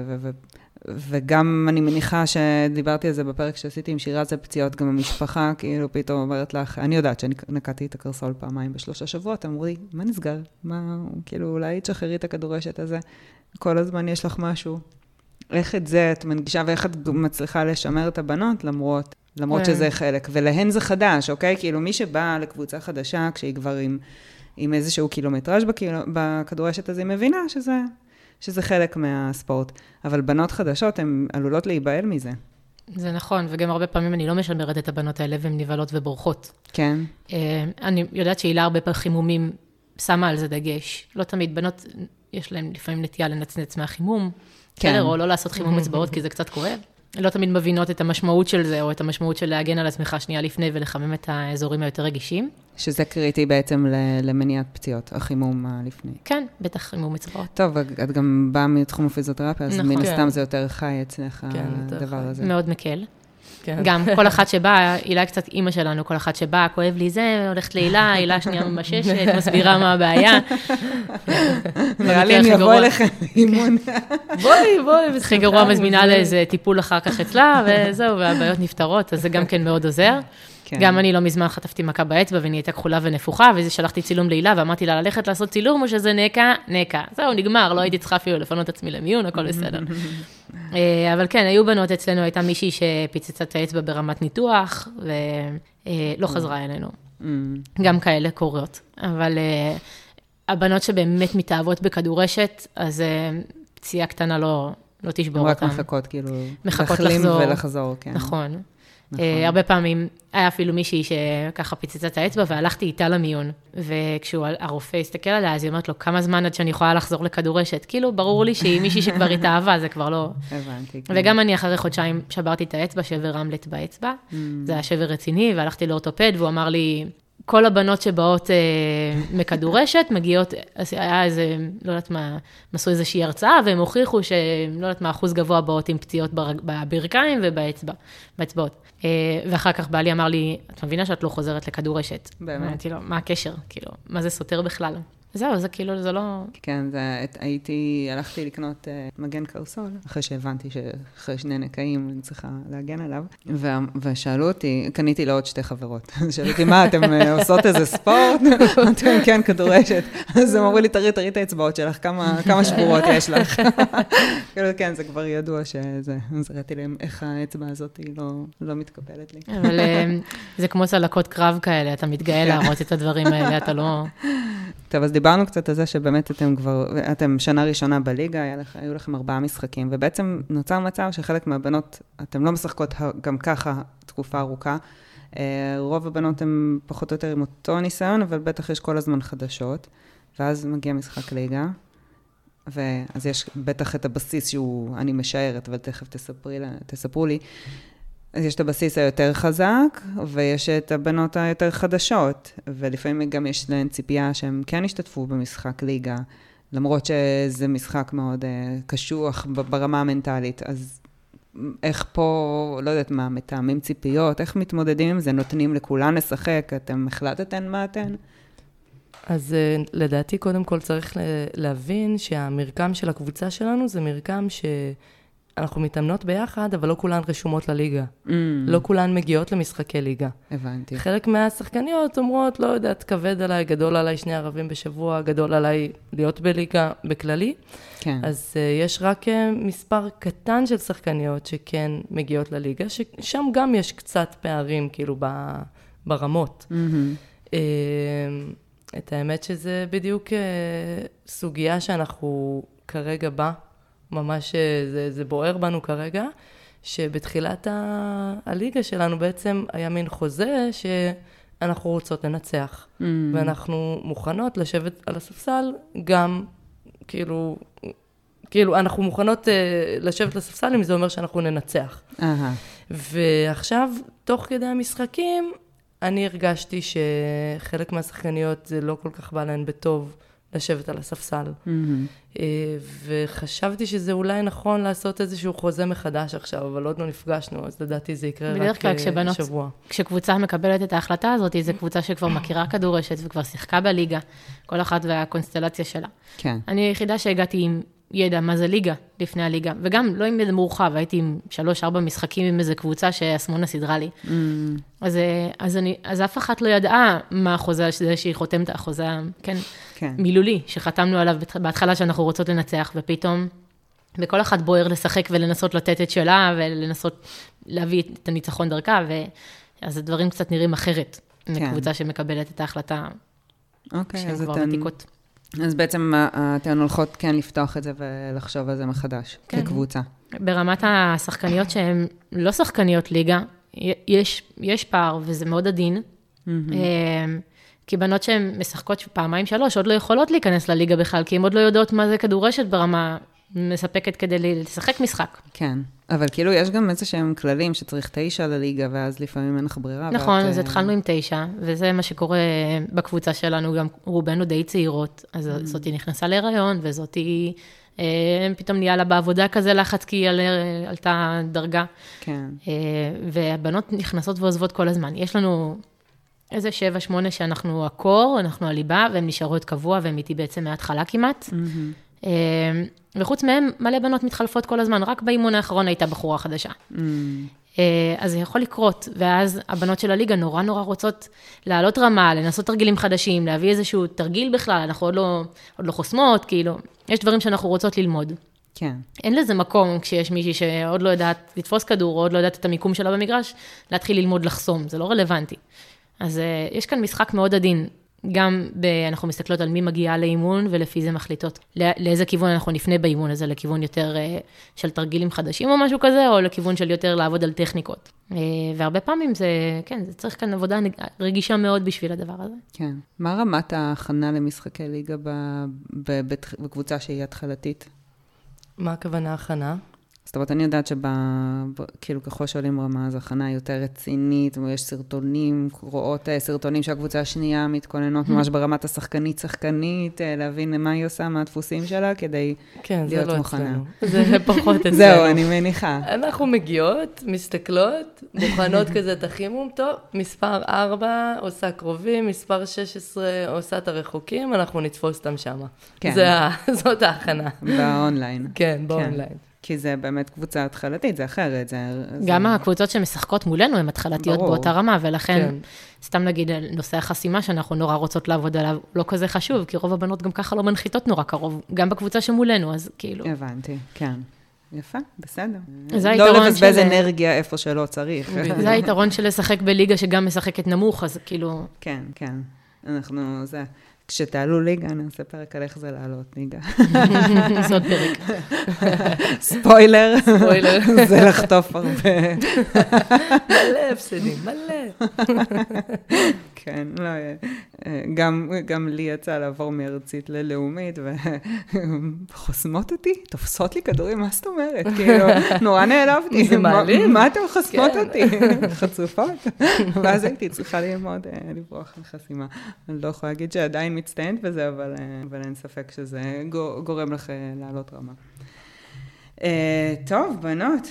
Speaker 1: וגם אני מניחה שדיברתי על זה בפרק שעשיתי עם שירה, זה פציעות גם המשפחה, כאילו פתאום אומרת לך, אני יודעת שאני נקעתי את הקרסול פעמיים ב3 שבועות, אמרו לי, מה נסגר? כאילו אולי תשחררי את הכדורשת הזה, כל הזמן יש לך משהו. איך את זה את מנגישה, ואיך את מצליחה לשמר את הבנות, למרות שזה חלק, ולהן זה חדש, אוקיי? כאילו מי שבא לקבוצה חדשה, כשהיא כבר עם איזשהו קילומטראז' בכדורשת הזה, היא מבינה שזה חלק מהספורט. אבל בנות חדשות, הן עלולות להיבהל מזה.
Speaker 2: זה נכון, וגם הרבה פעמים אני לא משמרת את הבנות האלה, והן נבהלות ובורחות.
Speaker 1: כן.
Speaker 2: אני יודעת שהילה הרבה חימומים שמה על זה דגש. לא תמיד בנות, יש להן לפעמים נטייה לנצנץ מהחימום, כן. או לא לעשות חימום אצבעות, כי זה קצת כואב. לא תמיד מבינות את המשמעות של זה, או את המשמעות של להגן על עצמך שנייה לפני, ולחמם את האזורים היותר רגישים.
Speaker 1: שזה קריטי בעצם למניעת פציעות, החימום לפני.
Speaker 2: כן, בטח חימום אצבעות.
Speaker 1: טוב, את גם באה מתחום הפיזיותרפיה, אז מן הסתם זה יותר חי אצלך, הדבר הזה.
Speaker 2: מאוד מקל. גם כל אחת שבאה, הילה קצת אימא שלנו, כל אחת שבאה, כואב לי זה, הולכת להילה, הילה שנייה ממששת, מסבירה מה הבעיה.
Speaker 1: נראה לי אני אבוא אליכם אימון.
Speaker 3: בואי.
Speaker 2: הכי גרוע מזמינה לאיזה טיפול אחר כך אצלה, וזהו, והבעיות נפתרות, אז זה גם כן מאוד עוזר. גם אני לא מזמן חטפתי מכה באצבע, ונהייתה כחולה ונפוחה, וזה שלחתי צילום להילה, ואמרתי לה ללכת לעשות צילום, או שזה נקע. זהו, נגמר, לא הייתי צריכה אפילו לפנות עצמי למיון, הכל בסדר. אבל כן, היו בנות אצלנו, הייתה מישהי שפיצצה את האצבע ברמת ניתוח, ולא חזרה אלינו. גם כאלה קורות. אבל הבנות שבאמת מתאהבות בכדורשת, אז פציעה קטנה לא תשבור אותם.
Speaker 1: רק מחכות, כאילו, להחלים ולחזור, כן.
Speaker 2: נכון. הרבה פעמים היה אפילו מישהי שככה פיצצה את האצבע, והלכתי איתה למיון, וכשהרופא הסתכל עליה, אז היא אומרת לו, כמה זמן עד שאני יכולה לחזור לכדורשת? כאילו, ברור לי שהיא מישהי שכבר התאהבה, זה כבר לא...
Speaker 1: הבנתי.
Speaker 2: וגם אני אחרי חודשיים שברתי את האצבע, שבר רמלט באצבע, זה היה שבר רציני, והלכתי לאורתופד, והוא אמר לי, כל הבנות שבאות מכדורשת, מגיעות, היה איזה, לא יודעת מה, עשו איזושהי הרצאה, והם הוכיחו שלא יודעת מה, אחוז גבוה באות עם פציעות בברכיים ובאצבעות. ואחר כך בעלי אמר לי, את מבינה שאת לא חוזרת לכדורשת?
Speaker 1: באמת.
Speaker 2: אמרתי לו, מה הקשר? כאילו, מה זה סותר בכלל? זהו, זה כאילו, זה לא...
Speaker 1: כן, הלכתי לקנות מגן קרסול, אחרי שהבנתי שאחרי 2 נקעים אני צריכה להגן עליו, ושאלו אותי, קניתי לעוד 2 חברות, שאלו אותי, מה, אתם עושות איזה ספורט? אתם כן, כדורשת. אז הם אמרו לי, תראי את האצבעות שלך, כמה שבורות יש לך. כאילו, כן, זה כבר ידוע שזה, אז ראיתי להם איך האצבע הזאת היא לא מתקבלת לי.
Speaker 2: אבל זה כמו צלקות קרב כאלה, אתה מתגאה להראות את הדברים האלה, אתה לא...
Speaker 1: טוב, אז דיברנו קצת על זה שבאמת אתם שנה ראשונה בליגה, היו לכם 4 משחקים, ובעצם נוצר מצב שחלק מהבנות, אתם לא משחקות גם ככה תקופה ארוכה, רוב הבנות הן פחות או יותר עם אותו ניסיון, אבל בטח יש כל הזמן חדשות, ואז מגיע משחק ליגה, ואז יש בטח את הבסיס שהוא, אני משערת, אבל תכף תספרו לי, אז יש את הבסיס היותר חזק, ויש את הבנות היותר חדשות, ולפעמים גם יש להן ציפייה שהם כן השתתפו במשחק ליגה, למרות שזה משחק מאוד קשוח ברמה המנטלית. אז איך פה, לא יודעת מה, מתאמים ציפיות, איך מתמודדים עם זה, נותנים לכולן לשחק, אתם החלטתן מה אתן?
Speaker 3: אז לדעתי קודם כל צריך להבין שהמרקם של הקבוצה שלנו זה מרקם אנחנו מתאמנות ביחד, אבל לא כולן רשומות לליגה. לא כולן מגיעות למשחקי ליגה.
Speaker 1: הבנתי.
Speaker 3: חלק מהשחקניות אומרות, לא יודעת, כבד עליי, גדול עליי 2 ערבים בשבוע, גדול עליי להיות בליגה בכללי.
Speaker 1: כן.
Speaker 3: אז יש רק מספר קטן של שחקניות שכן מגיעות לליגה, ששם גם יש קצת פערים, כאילו, ברמות. את האמת שזה בדיוק סוגיה שאנחנו כרגע ממש זה בוער בנו כרגע, שבתחילת הליגה שלנו בעצם היה מין חוזה שאנחנו רוצות לנצח. ואנחנו מוכנות לשבת על הספסל גם, כאילו אנחנו מוכנות לשבת על הספסל אם זה אומר שאנחנו ננצח. ועכשיו, תוך כדי המשחקים, אני הרגשתי שחלק מהשחקניות זה לא כל כך בא להן בטוב, לשבת על הספסל. וחשבתי שזה אולי נכון לעשות איזשהו חוזה מחדש עכשיו, אבל עוד לא נפגשנו, אז לדעתי זה יקרה רק שבוע.
Speaker 2: כשקבוצה מקבלת את ההחלטה הזאת, זו קבוצה שכבר מכירה כדורשת וכבר שיחקה בליגה, כל אחת והקונסטלציה שלה. כן. אני היחידה שהגעתי עם ידע מה זה ליגה לפני הליגה, וגם לא עם ידע מורחב, הייתי עם 3-4 משחקים עם איזו קבוצה שהסמונה סדרה לי. אז אף אחת לא ידעה מה החוזה שזה שהיא חותמת החוזה, כן, מילולי, שחתמנו עליו בהתחלה שאנחנו רוצות לנצח, ופתאום בכל אחת בוער לשחק ולנסות לתת את שלה, ולנסות להביא את הניצחון דרכה, אז הדברים קצת נראים אחרת, מקבוצה שמקבלת את ההחלטה שהן כבר ותיקות.
Speaker 1: אז בעצם אתן הולכות כן לפתוח את זה ולחשוב על זה מחדש, כקבוצה.
Speaker 2: ברמת השחקניות שהן לא שחקניות ליגה, יש פער וזה מאוד עדין, כי בנות שהן משחקות 2-3 עוד לא יכולות להיכנס לליגה בכלל, כי הן עוד לא יודעות מה זה כדורשת ברמה מספקת כדי לשחק משחק.
Speaker 1: כן, אבל כאילו יש גם איזה שהם כללים שצריך 9 לליגה, ואז לפעמים אין לך ברירה.
Speaker 2: נכון, אז התחלנו עם 9, וזה מה שקורה בקבוצה שלנו, גם רובנו די צעירות, אז זאתי נכנסה להיריון, וזאתי פתאום נהיה לה בעבודה כזה לחץ, כי היא עלתה דרגה. כן. והבנות נכנסות ועוזבות כל הזמן. יש לנו איזה 7-8 שאנחנו הקור, אנחנו הליבה, והן נשארות קבוע, והן איתי בעצם מההתחלה כמעט. וחוץ מהם, מלא בנות מתחלפות כל הזמן, רק באימון האחרון הייתה בחורה חדשה. אז זה יכול לקרות, ואז הבנות של הליגה נורא רוצות לעלות רמה, לנסות תרגילים חדשים, להביא איזשהו תרגיל בכלל, אנחנו עוד לא חוסמות, כאילו, יש דברים שאנחנו רוצות ללמוד. כן. אין לזה מקום כשיש מישהי שעוד לא יודעת לתפוס כדור, או עוד לא יודעת את המיקום שלה במגרש, להתחיל ללמוד לחסום, זה לא רלוונטי. אז יש כאן משחק מאוד עדין, גם אנחנו מסתכלות על מי מגיעה לאימון, ולפי זה מחליטות לאיזה כיוון אנחנו נפנה באימון הזה, לכיוון יותר של תרגילים חדשים או משהו כזה, או לכיוון של יותר לעבוד על טכניקות. והרבה פעמים זה צריך כאן עבודה רגישה מאוד בשביל הדבר הזה. כן.
Speaker 1: מה רמת ההכנה למשחקי ליגה בקבוצה שהיא התחלתית?
Speaker 3: מה הכוונה הכנה?
Speaker 1: זאת אומרת, אני יודעת כאילו ככל שעולים רמה, אז הכנה יותר רצינית, ויש סרטונים, רואות סרטונים שהקבוצה השנייה מתכוננות ממש ברמת השחקנית, להבין מה היא עושה, מה הדפוסים שלה, כדי להיות מוכנה.
Speaker 3: זה פחות אצלנו.
Speaker 1: זהו, אני מניחה.
Speaker 3: אנחנו מגיעות, מסתכלות, מוכנות כזה תחימום, טוב, מספר 4 עושה קרובים, מספר 16 עושה את הרחוקים, אנחנו נתפוס אותם שמה. זאת ההכנה.
Speaker 1: באונליין.
Speaker 3: כן, באונליין.
Speaker 1: כי זה באמת קבוצה התחלתית, זה אחרת.
Speaker 2: גם הקבוצות שמשחקות מולנו הן התחלתיות באותה רמה, ולכן, סתם נגיד, נושא החסימה שאנחנו נורא רוצות לעבוד עליו, לא כזה חשוב, כי רוב הבנות גם ככה לא מנחיתות נורא קרוב, גם בקבוצה שמולנו, אז כאילו...
Speaker 1: הבנתי, כן. יפה, בסדר.
Speaker 2: לא
Speaker 1: לבזבז אנרגיה איפה שלא צריך.
Speaker 2: זה היתרון של לשחק בליגה שגם משחקת נמוך, אז כאילו...
Speaker 1: כן, כן. אנחנו, זה... כשתעלו ליגה, אני אעשה פרק על איך זה לעלות ליגה.
Speaker 2: זה עוד פרק.
Speaker 1: ספוילר. זה לחטוף הרבה.
Speaker 3: מלא הפסדים, מלא.
Speaker 1: כן, לא, גם לי יצא לעבור מארצית ללאומית, וחוסמות אותי, תופסות לי כדורים, מה זאת אומרת? כאילו, נורא נעלבתי.
Speaker 3: זה מעלים.
Speaker 1: מה אתם חוסמות אותי? חצופות. ואז הייתי צריכה ללמוד לברוח לחסימה. אני לא יכולה להגיד שעדיין מצטיינת בזה, אבל אין ספק שזה גורם לך לעלות רמה. טוב, בנות,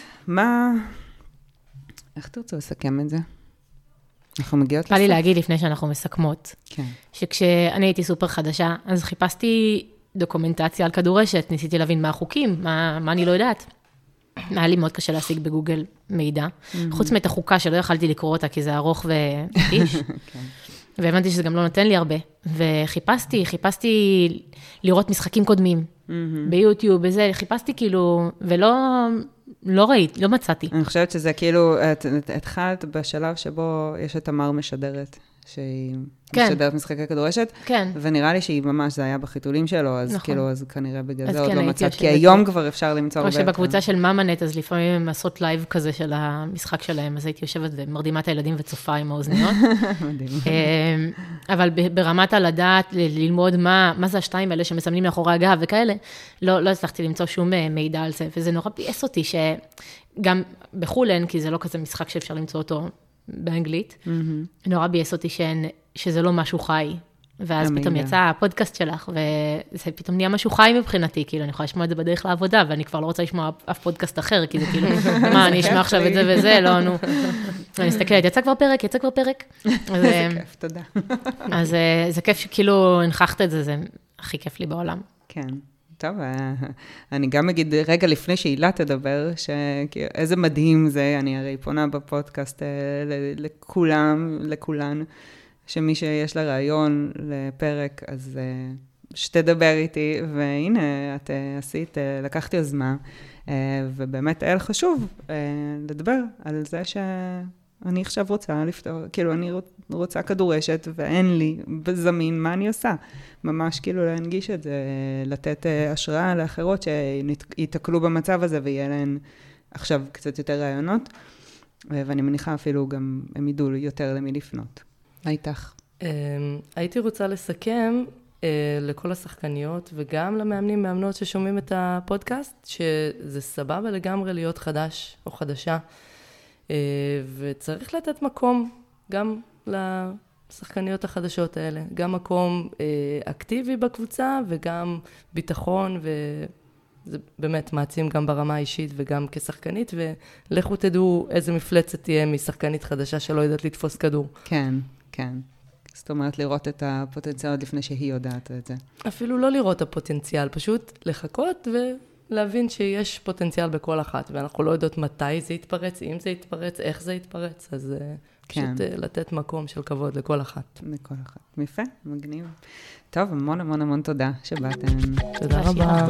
Speaker 1: איך תרצו לסכם את זה? אנחנו מגיעות לסוף.
Speaker 2: בא לי להגיד לפני שאנחנו מסכמות,
Speaker 1: כן.
Speaker 2: שכשאני הייתי סופר חדשה, אז חיפשתי דוקומנטציה על כדורשת, ניסיתי להבין מה החוקים, מה אני לא יודעת. היה לי מאוד קשה להשיג בגוגל מידע, חוץ מאת החוקה שלא יכלתי לקרוא אותה, כי זה ארוך ואיש. והבנתי שזה גם לא נותן לי הרבה. וחיפשתי לראות משחקים קודמים, ביוטיוב, בזה, חיפשתי כאילו, לא ראיתי, לא מצאתי.
Speaker 1: אני חושבת שזה כאילו, התחלת בשלב שבו יש את תמר משדרת, שהיא משדרת משחקי כדורשת, ונראה לי שהיא ממש, זה היה בחיתולים שלו, אז כאילו, אז כנראה בגלל זה עוד לא מצאת, כי היום כבר אפשר למצוא הרבה.
Speaker 2: או שבקבוצה של ממנט, אז לפעמים הם עושות לייב כזה של המשחק שלהם, אז הייתי יושבת ומרדימה את הילדים וצופה עם האוזניות. מדהים. אבל ברמת הלדעת, ללמוד מה זה השתיים האלה שמסמנים מאחורי הגב וכאלה, לא הצלחתי למצוא שום מידע על זה, וזה נורא פייס אותי שגם בחולן, כי זה לא כזה משחק שאפשר למצוא אותו באנגלית, נורא בייס אותי שזה לא משהו חי, ואז פתאום יצא הפודקאסט שלך, וזה פתאום נהיה משהו חי מבחינתי, כאילו אני יכולה לשמוע את זה בדרך לעבודה, ואני כבר לא רוצה לשמוע אף פודקאסט אחר, כי זה כאילו, מה, אני אשמע עכשיו את זה וזה, לא, נו. אני מסתכלת, יצא כבר פרק.
Speaker 1: זה כיף, תודה.
Speaker 2: אז זה כיף שכאילו הנחחת את זה, זה הכי כיף לי בעולם.
Speaker 1: כן. טוב, אני גם אגיד רגע לפני שהילה תדבר, שאיזה מדהים זה, אני הרי פונה בפודקאסט לכולן, שמי שיש לה רעיון לפרק, אז שתדבר איתי, והנה, את עשית, לקחתי יוזמה, ובאמת היה חשוב לדבר על זה שאני עכשיו רוצה לפתור, כאילו אני רוצה כדורשת, ואין לי בזמין מה אני עושה. ממש כאילו להנגיש את זה, לתת השראה לאחרות שיתקלו במצב הזה, ויהיה להן עכשיו קצת יותר רעיונות, ואני מניחה אפילו גם הם ידעו יותר למי לפנות. איתך.
Speaker 3: הייתי רוצה לסכם לכל השחקניות, וגם למאמנים, מאמנות ששומעים את הפודקאסט, שזה סבבה לגמרי להיות חדש או חדשה, וצריך לתת מקום גם לשחקניות החדשות האלה, גם מקום אקטיבי בקבוצה, וגם ביטחון, וזה באמת מעצים גם ברמה האישית, וגם כשחקנית, ולכו תדעו איזה מפלצת תהיה משחקנית חדשה שלא יודעת לתפוס כדור.
Speaker 1: כן, כן. זאת אומרת, לראות את הפוטנציאל עוד לפני שהיא יודעת את זה.
Speaker 3: אפילו לא לראות את הפוטנציאל, פשוט לחכות ולהבין שיש פוטנציאל בכל אחת, ואנחנו לא יודעות מתי זה יתפרץ, אם זה יתפרץ, איך זה יתפרץ, אז פשוט לתת מקום של כבוד לכל אחת.
Speaker 1: לכל אחת. יפה, מגניב. טוב, המון המון המון תודה שבאתם.
Speaker 3: תודה רבה.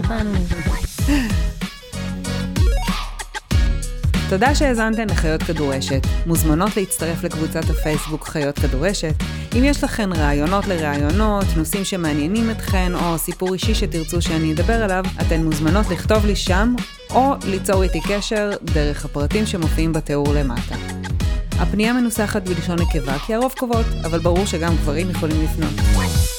Speaker 1: תודה שהאזנתן לחיות כדורשת. מוזמנות להצטרף לקבוצת הפייסבוק חיות כדורשת. אם יש לכן רעיונות לרעיונות, נושאים שמעניינים אתכן, או סיפור אישי שתרצו שאני אדבר עליו, אתן מוזמנות לכתוב לי שם, או ליצור איתי קשר דרך הפרטים שמופיעים בתיאור למטה. הפנייה מנוסחת בלשון נקבה, כי הרוב קובעות, אבל ברור שגם גברים יכולים לפנות.